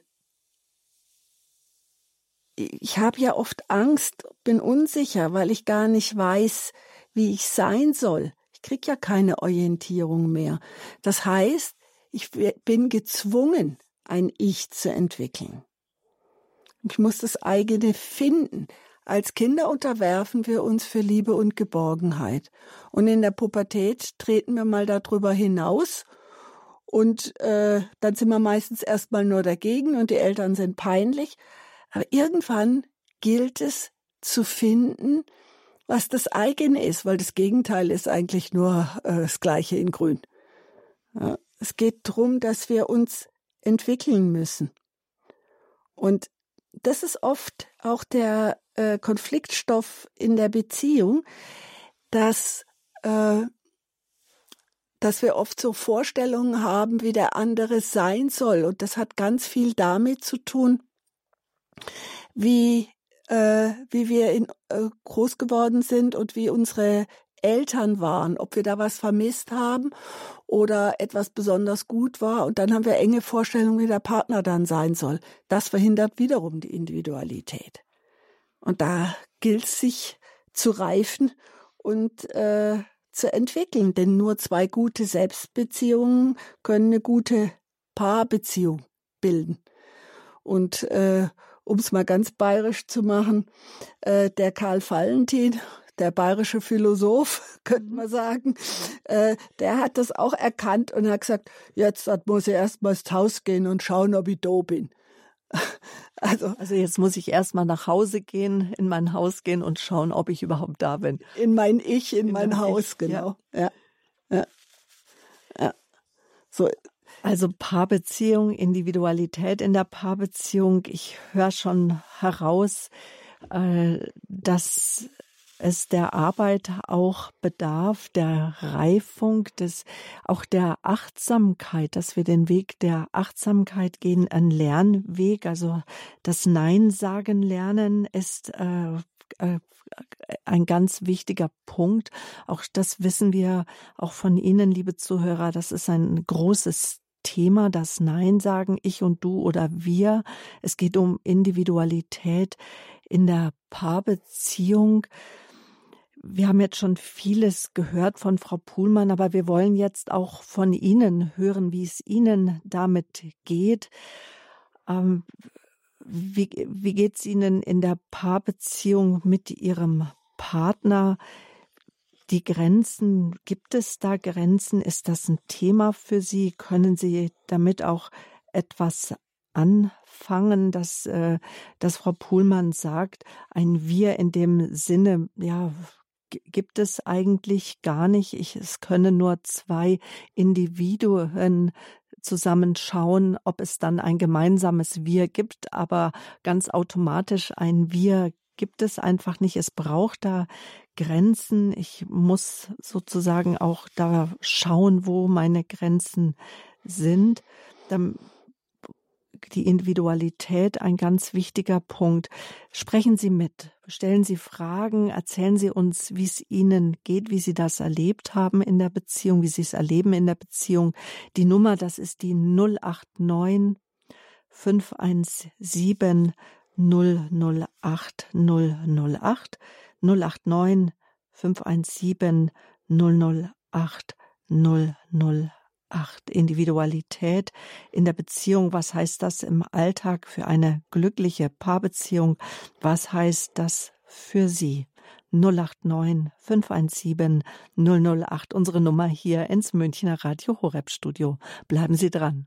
ich habe ja oft Angst, bin unsicher, weil ich gar nicht weiß, wie ich sein soll. Ich kriege ja keine Orientierung mehr. Das heißt, ich bin gezwungen, ein Ich zu entwickeln. Ich muss das eigene finden. Als Kinder unterwerfen wir uns für Liebe und Geborgenheit. Und in der Pubertät treten wir mal darüber hinaus und äh, dann sind wir meistens erstmal nur dagegen und die Eltern sind peinlich. Aber irgendwann gilt es zu finden, was das eigene ist, weil das Gegenteil ist eigentlich nur äh, das Gleiche in Grün. Ja, es geht darum, dass wir uns entwickeln müssen. Und das ist oft auch der äh, Konfliktstoff in der Beziehung, dass, äh, dass wir oft so Vorstellungen haben, wie der andere sein soll. Und das hat ganz viel damit zu tun, wie, äh, wie wir in, äh, groß geworden sind und wie unsere Eltern waren, ob wir da was vermisst haben oder etwas besonders gut war. Und dann haben wir enge Vorstellungen, wie der Partner dann sein soll. Das verhindert wiederum die Individualität. Und da gilt es, sich zu reifen und äh, zu entwickeln. Denn nur zwei gute Selbstbeziehungen können eine gute Paarbeziehung bilden. Und äh, um es mal ganz bayerisch zu machen, äh, der Karl Valentin, der bayerische Philosoph, könnte man sagen, äh, der hat das auch erkannt und hat gesagt, jetzt muss ich erst mal ins Haus gehen und schauen, ob ich da bin. Also, also jetzt muss ich erst mal nach Hause gehen, in mein Haus gehen und schauen, ob ich überhaupt da bin. In mein Ich, in, in mein Haus, ich, genau. Ja. Ja. Ja. Ja. So. Also Paarbeziehung, Individualität in der Paarbeziehung. Ich höre schon heraus, äh, dass es der Arbeit auch bedarf, der Reifung, des, auch der Achtsamkeit, dass wir den Weg der Achtsamkeit gehen, ein Lernweg. Also das Nein sagen lernen ist äh, äh, ein ganz wichtiger Punkt. Auch das wissen wir auch von Ihnen, liebe Zuhörer. Das ist ein großes Thema, das Nein sagen, ich und du oder wir. Es geht um Individualität in der Paarbeziehung. Wir haben jetzt schon vieles gehört von Frau Puhlmann, aber wir wollen jetzt auch von Ihnen hören, wie es Ihnen damit geht. Ähm, wie wie geht es Ihnen in der Paarbeziehung mit Ihrem Partner? Die Grenzen, gibt es da Grenzen? Ist das ein Thema für Sie? Können Sie damit auch etwas anfangen, dass, äh, dass Frau Puhlmann sagt, ein Wir in dem Sinne, ja, g- gibt es eigentlich gar nicht. Ich, es können nur zwei Individuen zusammenschauen, ob es dann ein gemeinsames Wir gibt, aber ganz automatisch ein Wir gibt es einfach nicht. Es braucht da Grenzen. Ich muss sozusagen auch da schauen, wo meine Grenzen sind. Dann die Individualität, ein ganz wichtiger Punkt. Sprechen Sie mit, stellen Sie Fragen, erzählen Sie uns, wie es Ihnen geht, wie Sie das erlebt haben in der Beziehung, wie Sie es erleben in der Beziehung. Die Nummer, das ist die null acht neun fünf eins sieben null null acht null null acht null acht neun fünf eins sieben null null acht null null acht. Individualität in der Beziehung. Was heißt das im Alltag für eine glückliche Paarbeziehung? Was heißt das für Sie? null acht neun fünf eins sieben null null acht. Unsere Nummer hier ins Münchner Radio Horeb Studio. Bleiben Sie dran.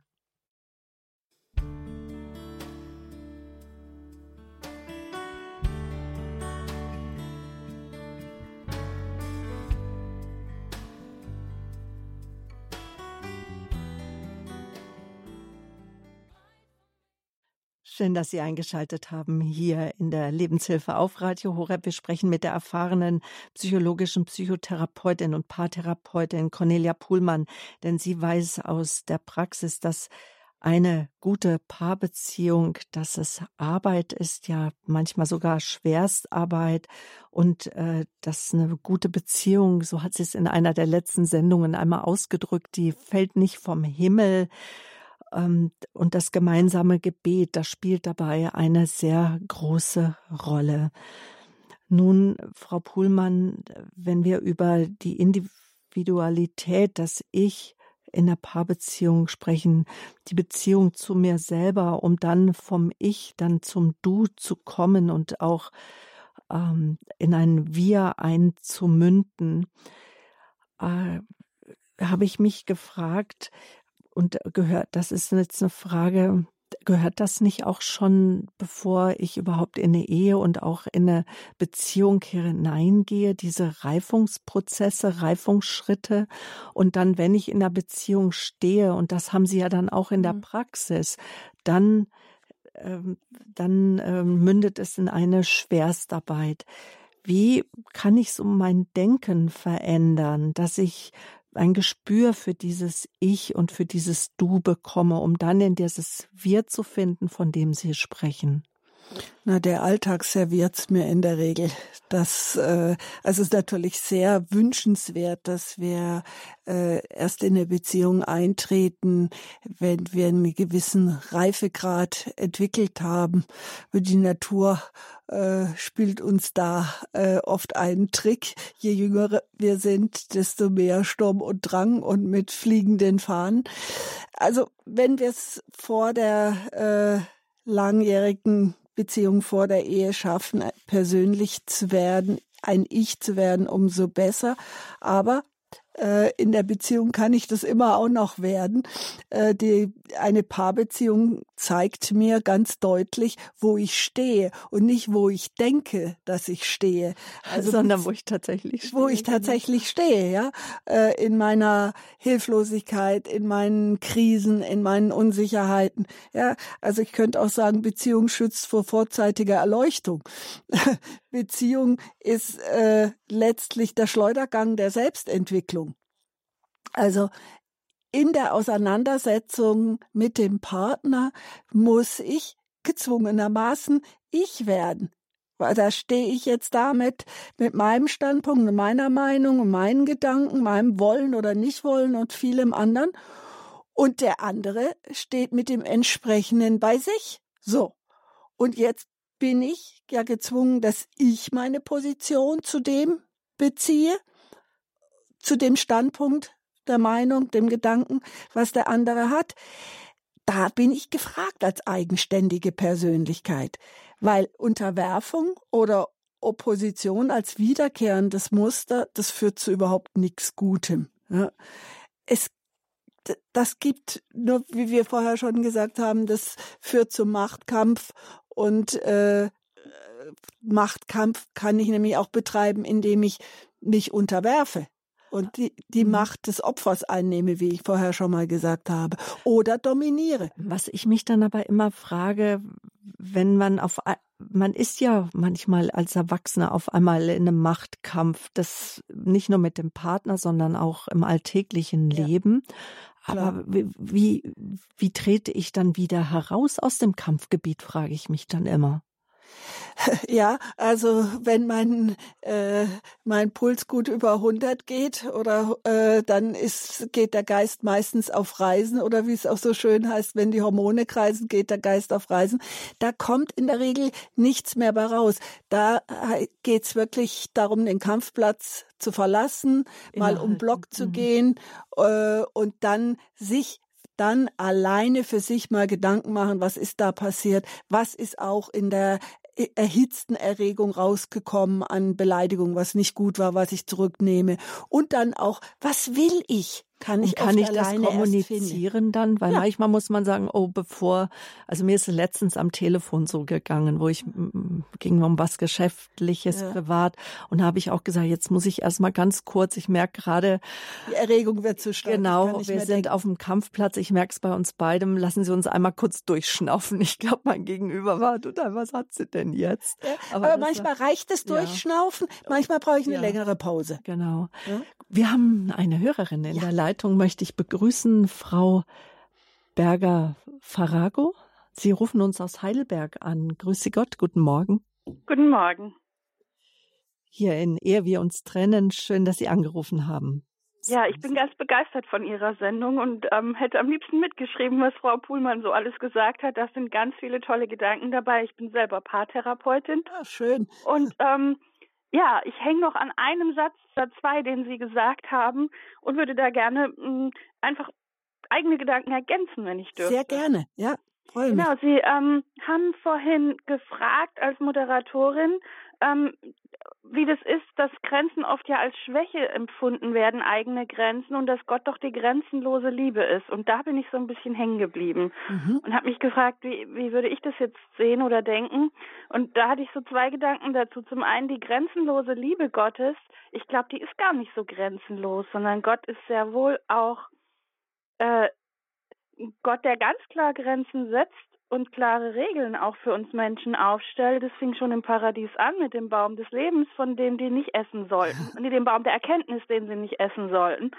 Schön, dass Sie eingeschaltet haben hier in der Lebenshilfe auf Radio Horeb. Wir sprechen mit der erfahrenen psychologischen Psychotherapeutin und Paartherapeutin Cornelia Puhlmann, denn sie weiß aus der Praxis, dass eine gute Paarbeziehung, dass es Arbeit ist, ja manchmal sogar Schwerstarbeit und äh, dass eine gute Beziehung, so hat sie es in einer der letzten Sendungen einmal ausgedrückt, die fällt nicht vom Himmel. Und das gemeinsame Gebet, das spielt dabei eine sehr große Rolle. Nun, Frau Puhlmann, wenn wir über die Individualität, das Ich in der Paarbeziehung sprechen, die Beziehung zu mir selber, um dann vom Ich dann zum Du zu kommen und auch ähm, in ein Wir einzumünden, äh, habe ich mich gefragt, und gehört, das ist jetzt eine Frage, gehört das nicht auch schon, bevor ich überhaupt in eine Ehe und auch in eine Beziehung hineingehe, diese Reifungsprozesse, Reifungsschritte und dann, wenn ich in der Beziehung stehe, und das haben Sie ja dann auch in der Praxis, dann, ähm, dann ähm, mündet es in eine Schwerstarbeit. Wie kann ich so mein Denken verändern, dass ich ein Gespür für dieses Ich und für dieses Du bekomme, um dann in dieses Wir zu finden, von dem Sie sprechen? Na, der Alltag serviert's mir in der Regel. Das, äh, also es ist natürlich sehr wünschenswert, dass wir äh, erst in eine Beziehung eintreten, wenn wir einen gewissen Reifegrad entwickelt haben. Die Natur äh, spielt uns da äh, oft einen Trick. Je jünger wir sind, desto mehr Sturm und Drang und mit fliegenden Fahnen. Also wenn wir es vor der äh, langjährigen Beziehung vor der Ehe schaffen, persönlich zu werden, ein Ich zu werden, umso besser. Aber äh, in der Beziehung kann ich das immer auch noch werden. Äh, die, eine Paarbeziehung zeigt mir ganz deutlich, wo ich stehe und nicht, wo ich denke, dass ich stehe. Also, sondern wo ich tatsächlich stehe. Wo ich tatsächlich stehe, ja. Äh, in meiner Hilflosigkeit, in meinen Krisen, in meinen Unsicherheiten. Ja, also ich könnte auch sagen, Beziehung schützt vor vorzeitiger Erleuchtung. Beziehung ist äh, letztlich der Schleudergang der Selbstentwicklung. Also in der Auseinandersetzung mit dem Partner muss ich gezwungenermaßen ich werden. Weil da stehe ich jetzt damit mit meinem Standpunkt, meiner Meinung, meinen Gedanken, meinem Wollen oder Nichtwollen und vielem anderen. Und der andere steht mit dem Entsprechenden bei sich. So. Und jetzt bin ich ja gezwungen, dass ich meine Position zu dem beziehe, zu dem Standpunkt, der Meinung, dem Gedanken, was der andere hat. Da bin ich gefragt als eigenständige Persönlichkeit, weil Unterwerfung oder Opposition als wiederkehrendes Muster, das führt zu überhaupt nichts Gutem. Ja. Es, das gibt, nur wie wir vorher schon gesagt haben, das führt zum Machtkampf und äh, Machtkampf kann ich nämlich auch betreiben, indem ich mich unterwerfe. Und die, die Macht des Opfers einnehme, wie ich vorher schon mal gesagt habe, oder dominiere. Was ich mich dann aber immer frage, wenn man auf, man ist ja manchmal als Erwachsener auf einmal in einem Machtkampf, das nicht nur mit dem Partner, sondern auch im alltäglichen Leben. Ja, aber wie, wie, wie trete ich dann wieder heraus aus dem Kampfgebiet, frage ich mich dann immer. Ja, also wenn mein äh, mein Puls gut über hundert geht oder äh, dann ist geht der Geist meistens auf Reisen oder wie es auch so schön heißt, wenn die Hormone kreisen, geht der Geist auf Reisen. Da kommt in der Regel nichts mehr bei raus. Da geht's wirklich darum, den Kampfplatz zu verlassen, mal um Block zu mhm. gehen äh, und dann sich dann alleine für sich mal Gedanken machen, was ist da passiert, was ist auch in der erhitzten Erregung rausgekommen an Beleidigung, was nicht gut war, was ich zurücknehme. Und dann auch, was will ich? Kann ich, kann ich das kommunizieren dann? Weil ja. manchmal muss man sagen, oh, bevor, also mir ist es letztens am Telefon so gegangen, wo ich, ging um was Geschäftliches, ja. privat, und da habe ich auch gesagt, jetzt muss ich erstmal ganz kurz, ich merke gerade, die Erregung wird zu stark. Genau, wir sind denken. auf dem Kampfplatz, ich merke es bei uns beidem, lassen Sie uns einmal kurz durchschnaufen. Ich glaube, mein Gegenüber war total, was hat sie denn jetzt? Ja, aber, aber manchmal war, reicht es Durchschnaufen, ja. manchmal brauche ich eine ja. längere Pause. Genau. Ja? Wir haben eine Hörerin in ja. der Leitung, möchte ich begrüßen, Frau Berger-Farago. Sie rufen uns aus Heidelberg an. Grüße Gott, guten Morgen. Guten Morgen. Hier in Ehe wir uns trennen, schön, dass Sie angerufen haben. Ja, ich bin ganz begeistert von Ihrer Sendung und ähm, hätte am liebsten mitgeschrieben, was Frau Puhlmann so alles gesagt hat. Da sind ganz viele tolle Gedanken dabei. Ich bin selber Paartherapeutin. Ah, schön. Und ähm, ja, ich hänge noch an einem Satz, Satz zwei, den Sie gesagt haben, und würde da gerne mh, einfach eigene Gedanken ergänzen, wenn ich dürfte. Sehr gerne, ja, freue mich. Genau, Sie ähm, haben vorhin gefragt als Moderatorin, ähm, wie das ist, dass Grenzen oft ja als Schwäche empfunden werden, eigene Grenzen, und dass Gott doch die grenzenlose Liebe ist. Und da bin ich so ein bisschen hängen geblieben mhm. und habe mich gefragt, wie, wie würde ich das jetzt sehen oder denken? Und da hatte ich so zwei Gedanken dazu. Zum einen die grenzenlose Liebe Gottes. Ich glaube, die ist gar nicht so grenzenlos, sondern Gott ist sehr wohl auch äh, Gott, der ganz klar Grenzen setzt und klare Regeln auch für uns Menschen aufstellt. Das fing schon im Paradies an mit dem Baum des Lebens, von dem die nicht essen sollten. Und dem Baum der Erkenntnis, den sie nicht essen sollten.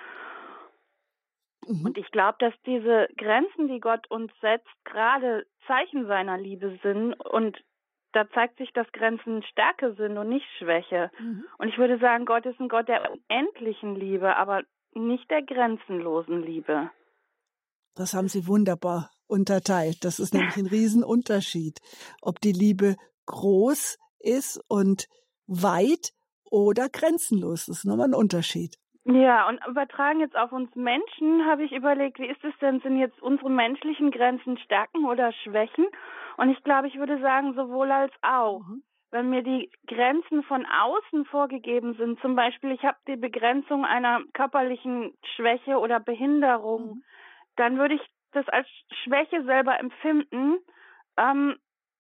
Mhm. Und ich glaube, dass diese Grenzen, die Gott uns setzt, gerade Zeichen seiner Liebe sind und da zeigt sich, dass Grenzen Stärke sind und nicht Schwäche. Mhm. Und ich würde sagen, Gott ist ein Gott der unendlichen Liebe, aber nicht der grenzenlosen Liebe. Das haben Sie wunderbar unterteilt. Das ist nämlich ein Riesenunterschied, ob die Liebe groß ist und weit oder grenzenlos. Das ist nochmal ein Unterschied. Ja, und übertragen jetzt auf uns Menschen, habe ich überlegt, wie ist es denn, sind jetzt unsere menschlichen Grenzen Stärken oder Schwächen? Und ich glaube, ich würde sagen, sowohl als auch. Mhm. Wenn mir die Grenzen von außen vorgegeben sind, zum Beispiel, ich habe die Begrenzung einer körperlichen Schwäche oder Behinderung, Mhm. dann würde ich das als Schwäche selber empfinden, ähm,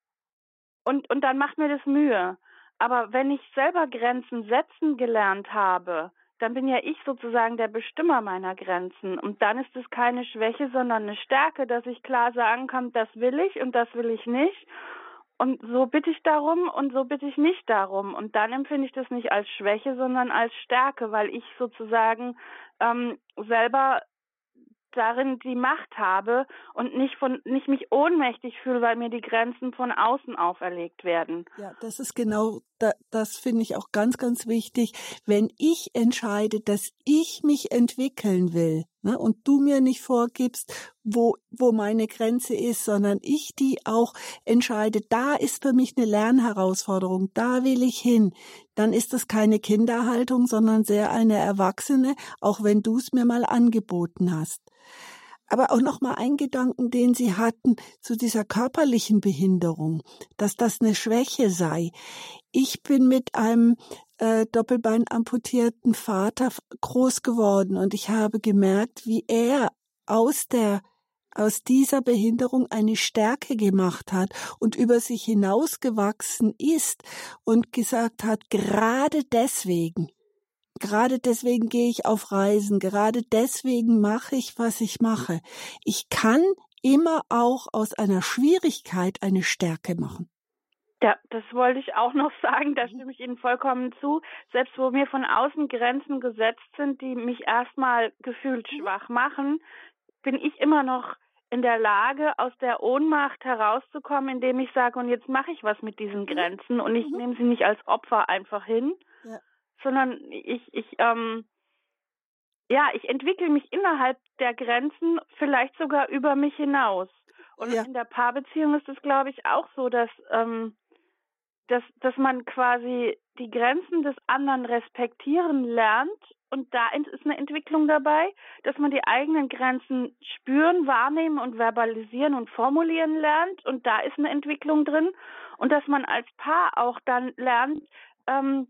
und, und dann macht mir das Mühe. Aber wenn ich selber Grenzen setzen gelernt habe, dann bin ja ich sozusagen der Bestimmer meiner Grenzen. Und dann ist es keine Schwäche, sondern eine Stärke, dass ich klar sagen kann, das will ich und das will ich nicht. Und so bitte ich darum und so bitte ich nicht darum. Und dann empfinde ich das nicht als Schwäche, sondern als Stärke, weil ich sozusagen ähm, selber darin die Macht habe und nicht von nicht mich ohnmächtig fühle, weil mir die Grenzen von außen auferlegt werden. Ja, das ist genau, da, das finde ich auch ganz, ganz wichtig. Wenn ich entscheide, dass ich mich entwickeln will, ne, und du mir nicht vorgibst, wo, wo meine Grenze ist, sondern ich die auch entscheide, da ist für mich eine Lernherausforderung, da will ich hin, dann ist das keine Kinderhaltung, sondern sehr eine Erwachsene, auch wenn du es mir mal angeboten hast. Aber auch noch mal ein Gedanken, den Sie hatten zu dieser körperlichen Behinderung, dass das eine Schwäche sei. Ich bin mit einem äh, Doppelbein amputierten Vater groß geworden und ich habe gemerkt, wie er aus der aus dieser Behinderung eine Stärke gemacht hat und über sich hinausgewachsen ist und gesagt hat, gerade deswegen, Gerade deswegen gehe ich auf Reisen, gerade deswegen mache ich, was ich mache. Ich kann immer auch aus einer Schwierigkeit eine Stärke machen. Ja, das wollte ich auch noch sagen, da stimme ich Ihnen vollkommen zu. Selbst wo mir von außen Grenzen gesetzt sind, die mich erstmal gefühlt schwach machen, bin ich immer noch in der Lage, aus der Ohnmacht herauszukommen, indem ich sage, und jetzt mache ich was mit diesen Grenzen und ich Mhm. nehme sie nicht als Opfer einfach hin, Ja. sondern ich, ich, ähm, ja, ich entwickle mich innerhalb der Grenzen, vielleicht sogar über mich hinaus. Und Ja. in der Paarbeziehung ist es, glaube ich, auch so, dass, ähm, dass, dass man quasi die Grenzen des anderen respektieren lernt. Und da ist eine Entwicklung dabei, dass man die eigenen Grenzen spüren, wahrnehmen und verbalisieren und formulieren lernt. Und da ist eine Entwicklung drin. Und dass man als Paar auch dann lernt, ähm,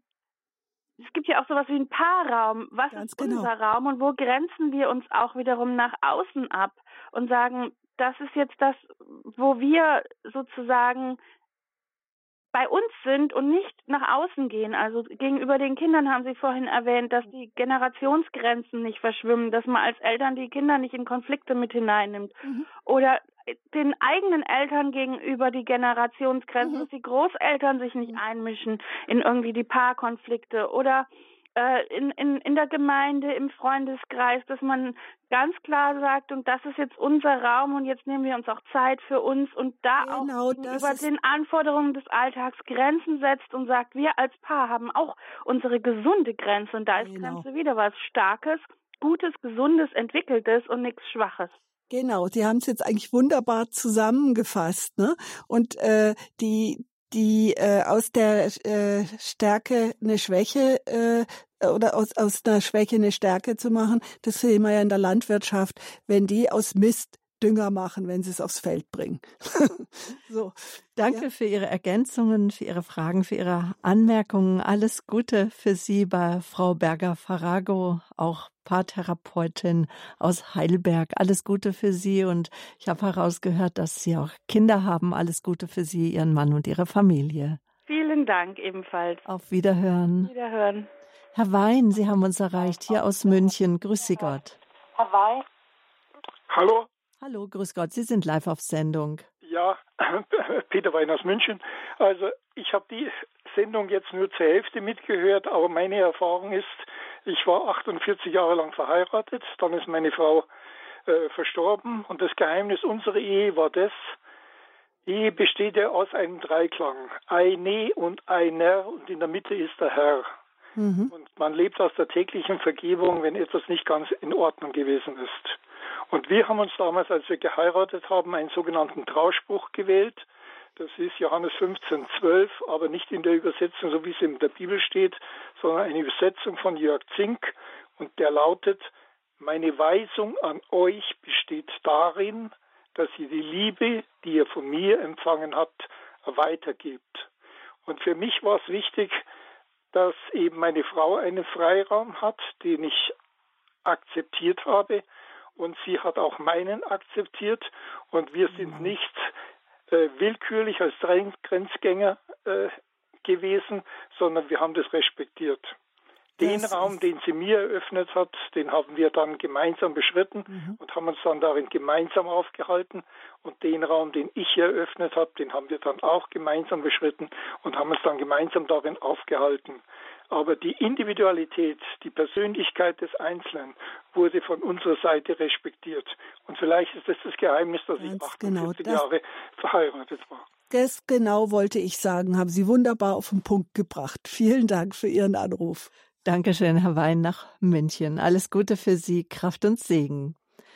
es gibt ja auch sowas wie einen Paarraum. Was Ganz ist genau. unser Raum und wo grenzen wir uns auch wiederum nach außen ab und sagen, das ist jetzt das, wo wir sozusagen bei uns sind und nicht nach außen gehen. Also gegenüber den Kindern haben Sie vorhin erwähnt, dass die Generationsgrenzen nicht verschwimmen, dass man als Eltern die Kinder nicht in Konflikte mit hineinnimmt. Mhm. Oder den eigenen Eltern gegenüber die Generationsgrenzen, Mhm. dass die Großeltern sich nicht einmischen in irgendwie die Paarkonflikte. Oder äh, in, in, in der Gemeinde, im Freundeskreis, dass man ganz klar sagt, und das ist jetzt unser Raum und jetzt nehmen wir uns auch Zeit für uns und da Genau, auch das gegenüber ist den Anforderungen des Alltags Grenzen setzt und sagt, wir als Paar haben auch unsere gesunde Grenze und da ist genau. Grenze wieder was Starkes, Gutes, Gesundes, Entwickeltes und nichts Schwaches. Genau, Sie haben es jetzt eigentlich wunderbar zusammengefasst, ne? Und äh, die die äh, aus der äh, Stärke eine Schwäche äh, oder aus aus einer Schwäche eine Stärke zu machen, das sehen wir ja in der Landwirtschaft, wenn die aus Mist Dünger machen, wenn sie es aufs Feld bringen. So, Danke ja. für Ihre Ergänzungen, für Ihre Fragen, für Ihre Anmerkungen. Alles Gute für Sie bei Frau Berger-Farago, auch Paartherapeutin aus Heidelberg. Alles Gute für Sie und ich habe herausgehört, dass Sie auch Kinder haben. Alles Gute für Sie, Ihren Mann und Ihre Familie. Vielen Dank ebenfalls. Auf Wiederhören. Wiederhören. Herr Wein, Sie haben uns erreicht, hier aus München. Grüß Sie Gott. Herr Wein. Hallo? Hallo, grüß Gott, Sie sind live auf Sendung. Ja, Peter Wein aus München. Also ich habe die Sendung jetzt nur zur Hälfte mitgehört, aber meine Erfahrung ist, ich war achtundvierzig Jahre lang verheiratet, dann ist meine Frau äh, verstorben und das Geheimnis unserer Ehe war das, Ehe besteht ja aus einem Dreiklang. Eine und einer und in der Mitte ist der Herr. Mhm. Und man lebt aus der täglichen Vergebung, wenn etwas nicht ganz in Ordnung gewesen ist. Und wir haben uns damals, als wir geheiratet haben, einen sogenannten Trauspruch gewählt. Das ist Johannes fünfzehn zwölf, aber nicht in der Übersetzung, so wie es in der Bibel steht, sondern eine Übersetzung von Jörg Zink. Und der lautet: Meine Weisung an euch besteht darin, dass ihr die Liebe, die ihr von mir empfangen habt, weitergebt. Und für mich war es wichtig, dass eben meine Frau einen Freiraum hat, den ich akzeptiert habe. Und sie hat auch meinen akzeptiert. Und wir sind nicht äh, willkürlich als Grenzgänger äh, gewesen, sondern wir haben das respektiert. Den das Raum, den sie mir eröffnet hat, den haben wir dann gemeinsam beschritten mhm. und haben uns dann darin gemeinsam aufgehalten. Und den Raum, den ich eröffnet habe, den haben wir dann auch gemeinsam beschritten und haben uns dann gemeinsam darin aufgehalten. Aber die Individualität, die Persönlichkeit des Einzelnen wurde von unserer Seite respektiert. Und vielleicht ist das das Geheimnis, dass Ganz ich achtundvierzig genau, das Jahre verheiratet war. Das genau wollte ich sagen, haben Sie wunderbar auf den Punkt gebracht. Vielen Dank für Ihren Anruf. Dankeschön, Herr Wein nach München. Alles Gute für Sie, Kraft und Segen.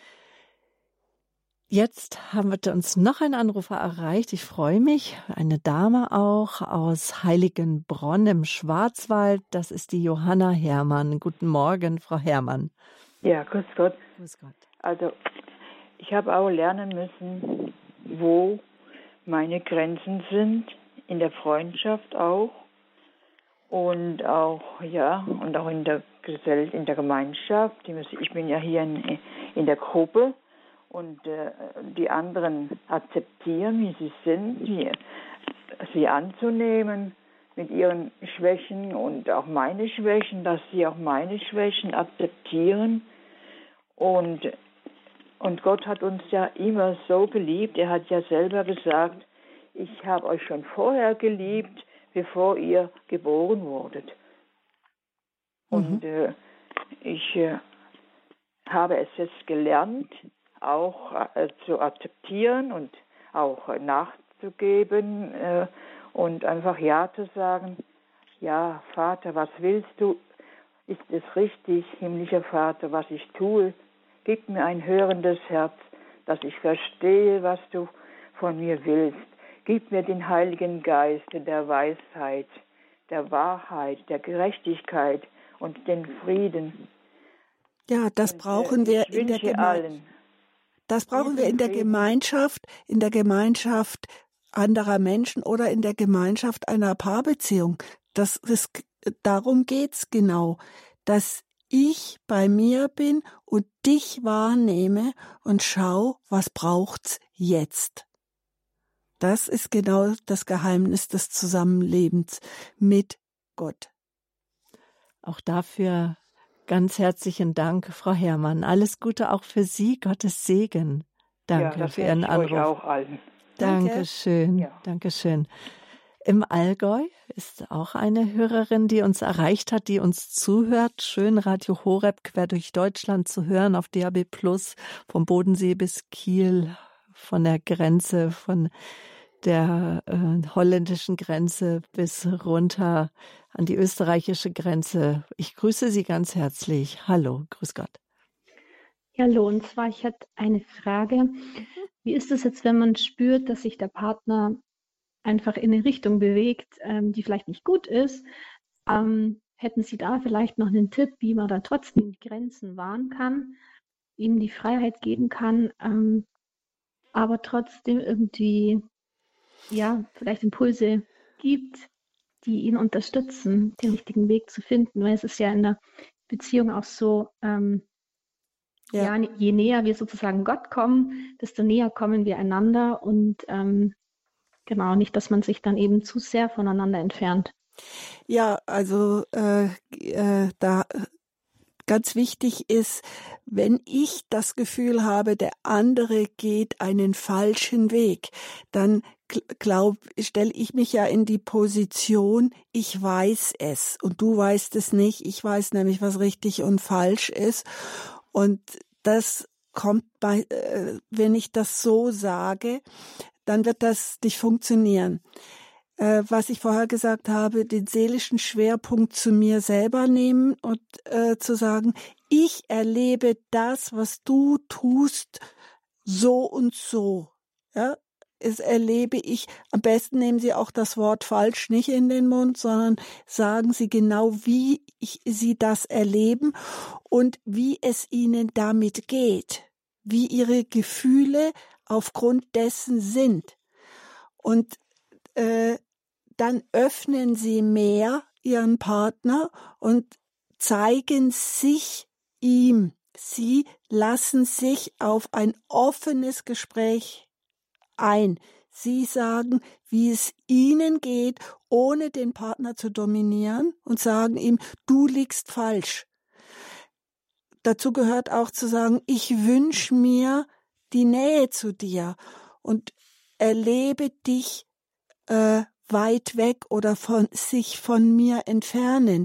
Jetzt haben wir uns noch ein Anrufer erreicht. Ich freue mich. Eine Dame auch aus Heiligenbronn im Schwarzwald. Das ist die Johanna Herrmann. Guten Morgen, Frau Herrmann. Ja, grüß Gott. Grüß Gott. Also, ich habe auch lernen müssen, wo meine Grenzen sind, in der Freundschaft auch. Und auch, ja, und auch in der Gesell in der Gemeinschaft. Ich bin ja hier in, in der Gruppe und äh, die anderen akzeptieren, wie sie sind, wie, sie anzunehmen mit ihren Schwächen und auch meine Schwächen, dass sie auch meine Schwächen akzeptieren. Und, und Gott hat uns ja immer so geliebt. Er hat ja selber gesagt, ich habe euch schon vorher geliebt, bevor ihr geboren wurdet. Und mhm. äh, ich äh, habe es jetzt gelernt, auch äh, zu akzeptieren und auch äh, nachzugeben äh, und einfach Ja zu sagen. Ja, Vater, was willst du? Ist es richtig, himmlischer Vater, was ich tue? Gib mir ein hörendes Herz, dass ich verstehe, was du von mir willst. Gib mir den Heiligen Geist der Weisheit, der Wahrheit, der Gerechtigkeit und den Frieden. Ja, das und, brauchen wir in der Gemeinschaft. Das brauchen wir in der Gemeinschaft, in der Gemeinschaft anderer Menschen oder in der Gemeinschaft einer Paarbeziehung. Das ist, darum geht's genau, dass ich bei mir bin und dich wahrnehme und schau, was braucht's jetzt. Das ist genau das Geheimnis des Zusammenlebens mit Gott. Auch dafür ganz herzlichen Dank, Frau Herrmann. Alles Gute auch für Sie, Gottes Segen. Danke ja, für Ihren Anruf. Euch auch allen. Dankeschön, ja. Dankeschön. Im Allgäu ist auch eine Hörerin, die uns erreicht hat, die uns zuhört. Schön Radio Horeb quer durch Deutschland zu hören auf D A B Plus, vom Bodensee bis Kiel, von der Grenze, von der äh, holländischen Grenze bis runter an die österreichische Grenze. Ich grüße Sie ganz herzlich. Hallo, grüß Gott. Hallo, und zwar, ich hatte eine Frage. Wie ist es jetzt, wenn man spürt, dass sich der Partner einfach in eine Richtung bewegt, ähm, die vielleicht nicht gut ist? Ähm, hätten Sie da vielleicht noch einen Tipp, wie man da trotzdem die Grenzen wahren kann, ihm die Freiheit geben kann, ähm, aber trotzdem irgendwie ja, vielleicht Impulse gibt, die ihn unterstützen, den richtigen Weg zu finden, weil es ist ja in der Beziehung auch so, ähm, ja. ja, je näher wir sozusagen Gott kommen, desto näher kommen wir einander und ähm, genau, nicht, dass man sich dann eben zu sehr voneinander entfernt. Ja, also äh, äh, da ganz wichtig ist, wenn ich das Gefühl habe, der andere geht einen falschen Weg, dann glaub, stelle ich mich ja in die Position, ich weiß es und du weißt es nicht. Ich weiß nämlich, was richtig und falsch ist. Und das kommt bei, äh, wenn ich das so sage, dann wird das nicht funktionieren. Äh, was ich vorher gesagt habe, den seelischen Schwerpunkt zu mir selber nehmen und äh, zu sagen, ich erlebe das, was du tust, so und so. Ja, es erlebe ich, am besten nehmen Sie auch das Wort falsch nicht in den Mund, sondern sagen Sie genau, wie ich, Sie das erleben und wie es Ihnen damit geht, wie Ihre Gefühle aufgrund dessen sind. Und äh, dann öffnen Sie mehr Ihren Partner und zeigen sich ihm. Sie lassen sich auf ein offenes Gespräch ein. Sie sagen, wie es Ihnen geht, ohne den Partner zu dominieren und sagen ihm, du liegst falsch. Dazu gehört auch zu sagen, ich wünsche mir die Nähe zu dir und erlebe dich äh, weit weg oder von sich von mir entfernend.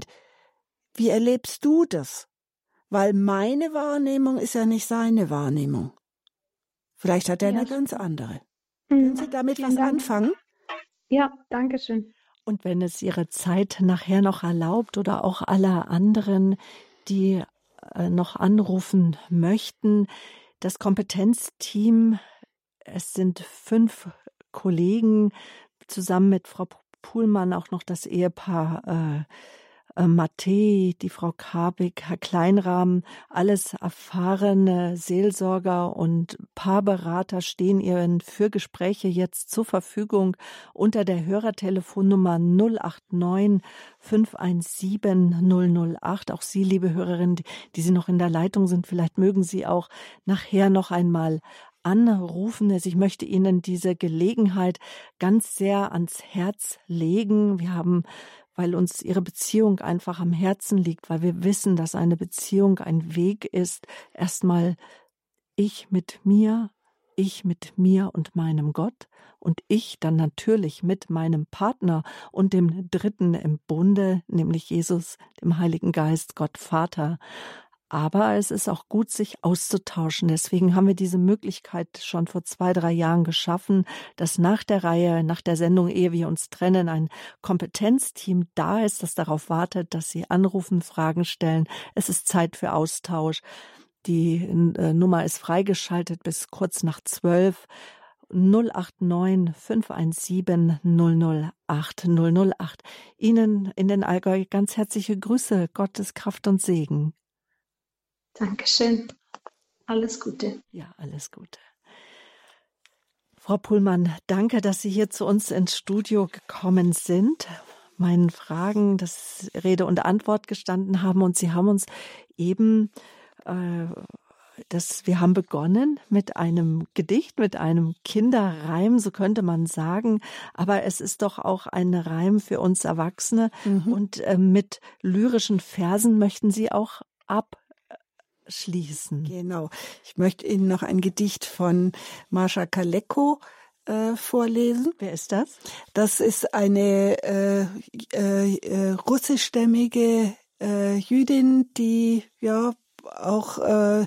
Wie erlebst du das? Weil meine Wahrnehmung ist ja nicht seine Wahrnehmung. Vielleicht hat er ja eine ganz andere. Können Sie damit was Dank. anfangen? Ja, danke schön. Und wenn es Ihre Zeit nachher noch erlaubt oder auch alle anderen, die äh, noch anrufen möchten, das Kompetenzteam, es sind fünf Kollegen, zusammen mit Frau Puhlmann auch noch das Ehepaar äh, äh, Mattei, die Frau Kabig, Herr Kleinrahm, alles erfahrene Seelsorger und Paarberater stehen Ihnen für Gespräche jetzt zur Verfügung unter der Hörertelefonnummer null acht neun fünf eins sieben null null acht. Auch Sie, liebe Hörerinnen, die, die Sie noch in der Leitung sind, vielleicht mögen Sie auch nachher noch einmal anrufen. Also ich möchte Ihnen diese Gelegenheit ganz sehr ans Herz legen. Wir haben, weil uns Ihre Beziehung einfach am Herzen liegt, weil wir wissen, dass eine Beziehung ein Weg ist, erstmal ich mit mir, ich mit mir und meinem Gott und ich dann natürlich mit meinem Partner und dem Dritten im Bunde, nämlich Jesus, dem Heiligen Geist, Gott Vater. Aber es ist auch gut, sich auszutauschen. Deswegen haben wir diese Möglichkeit schon vor zwei, drei Jahren geschaffen, dass nach der Reihe, nach der Sendung Ehe wir uns trennen, ein Kompetenzteam da ist, das darauf wartet, dass Sie anrufen, Fragen stellen. Es ist Zeit für Austausch. Die äh, Nummer ist freigeschaltet bis kurz nach zwölf. null acht neun fünf eins sieben null null acht null null acht. Ihnen in den Allgäu ganz herzliche Grüße, Gottes Kraft und Segen. Dankeschön. Alles Gute. Ja, alles Gute. Frau Puhlmann, danke, dass Sie hier zu uns ins Studio gekommen sind, meinen Fragen das Rede und Antwort gestanden haben und Sie haben uns eben, äh, das, wir haben begonnen mit einem Gedicht, mit einem Kinderreim, so könnte man sagen, aber es ist doch auch ein Reim für uns Erwachsene mhm. und äh, mit lyrischen Versen möchten Sie auch ab schließen. Genau. Ich möchte Ihnen noch ein Gedicht von Mascha Kaleko äh, vorlesen. Wer ist das? Das ist eine äh, äh, russischstämmige äh, Jüdin, die ja auch äh,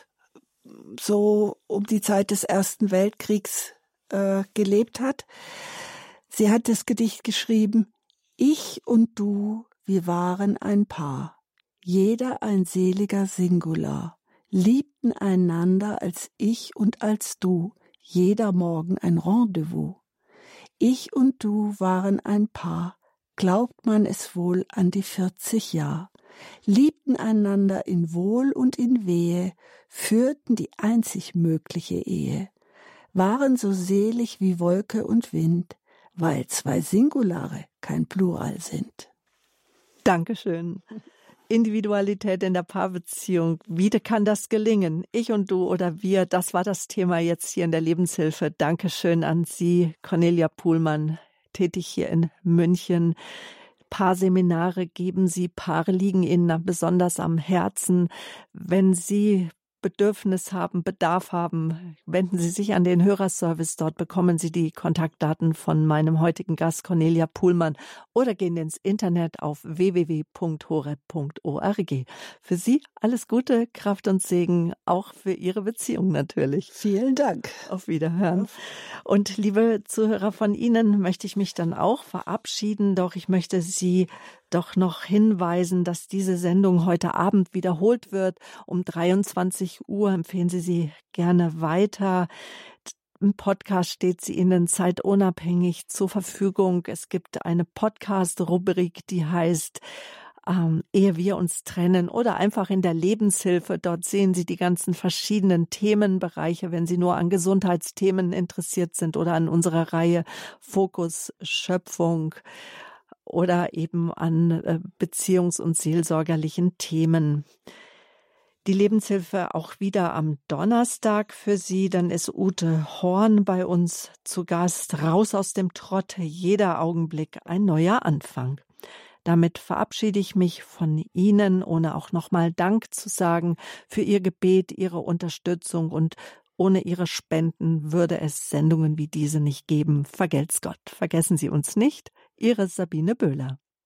so um die Zeit des Ersten Weltkriegs äh, gelebt hat. Sie hat das Gedicht geschrieben: Ich und du, wir waren ein Paar. Jeder ein seliger Singular, liebten einander als ich und als du, jeder Morgen ein Rendezvous. Ich und du waren ein Paar, glaubt man es wohl an die vierzig Jahr, liebten einander in Wohl und in Wehe, führten die einzig mögliche Ehe, waren so selig wie Wolke und Wind, weil zwei Singulare kein Plural sind. Dankeschön. Individualität in der Paarbeziehung. Wie kann das gelingen? Ich und du oder wir, das war das Thema jetzt hier in der Lebenshilfe. Dankeschön an Sie, Cornelia Puhlmann, tätig hier in München. Paarseminare geben Sie, Paare liegen Ihnen besonders am Herzen. Wenn Sie Bedürfnis haben, Bedarf haben, wenden Sie sich an den Hörerservice. Dort bekommen Sie die Kontaktdaten von meinem heutigen Gast Cornelia Puhlmann oder gehen ins Internet auf w w w punkt horeb punkt org. Für Sie alles Gute, Kraft und Segen, auch für Ihre Beziehung natürlich. Vielen Dank. Auf Wiederhören. Und liebe Zuhörer, von Ihnen möchte ich mich dann auch verabschieden, doch ich möchte Sie doch noch hinweisen, dass diese Sendung heute Abend wiederholt wird. Um dreiundzwanzig Uhr empfehlen Sie sie gerne weiter. Im Podcast steht sie Ihnen zeitunabhängig zur Verfügung. Es gibt eine Podcast-Rubrik, die heißt ähm, Ehe wir uns trennen oder einfach in der Lebenshilfe. Dort sehen Sie die ganzen verschiedenen Themenbereiche, wenn Sie nur an Gesundheitsthemen interessiert sind oder an unserer Reihe Fokus Schöpfung oder eben an beziehungs- und seelsorgerlichen Themen. Die Lebenshilfe auch wieder am Donnerstag für Sie. Dann ist Ute Horn bei uns zu Gast. Raus aus dem Trott, jeder Augenblick ein neuer Anfang. Damit verabschiede ich mich von Ihnen, ohne auch nochmal Dank zu sagen für Ihr Gebet, Ihre Unterstützung, und ohne Ihre Spenden würde es Sendungen wie diese nicht geben. Vergelt's Gott. Vergessen Sie uns nicht. Ihre Sabine Böhler.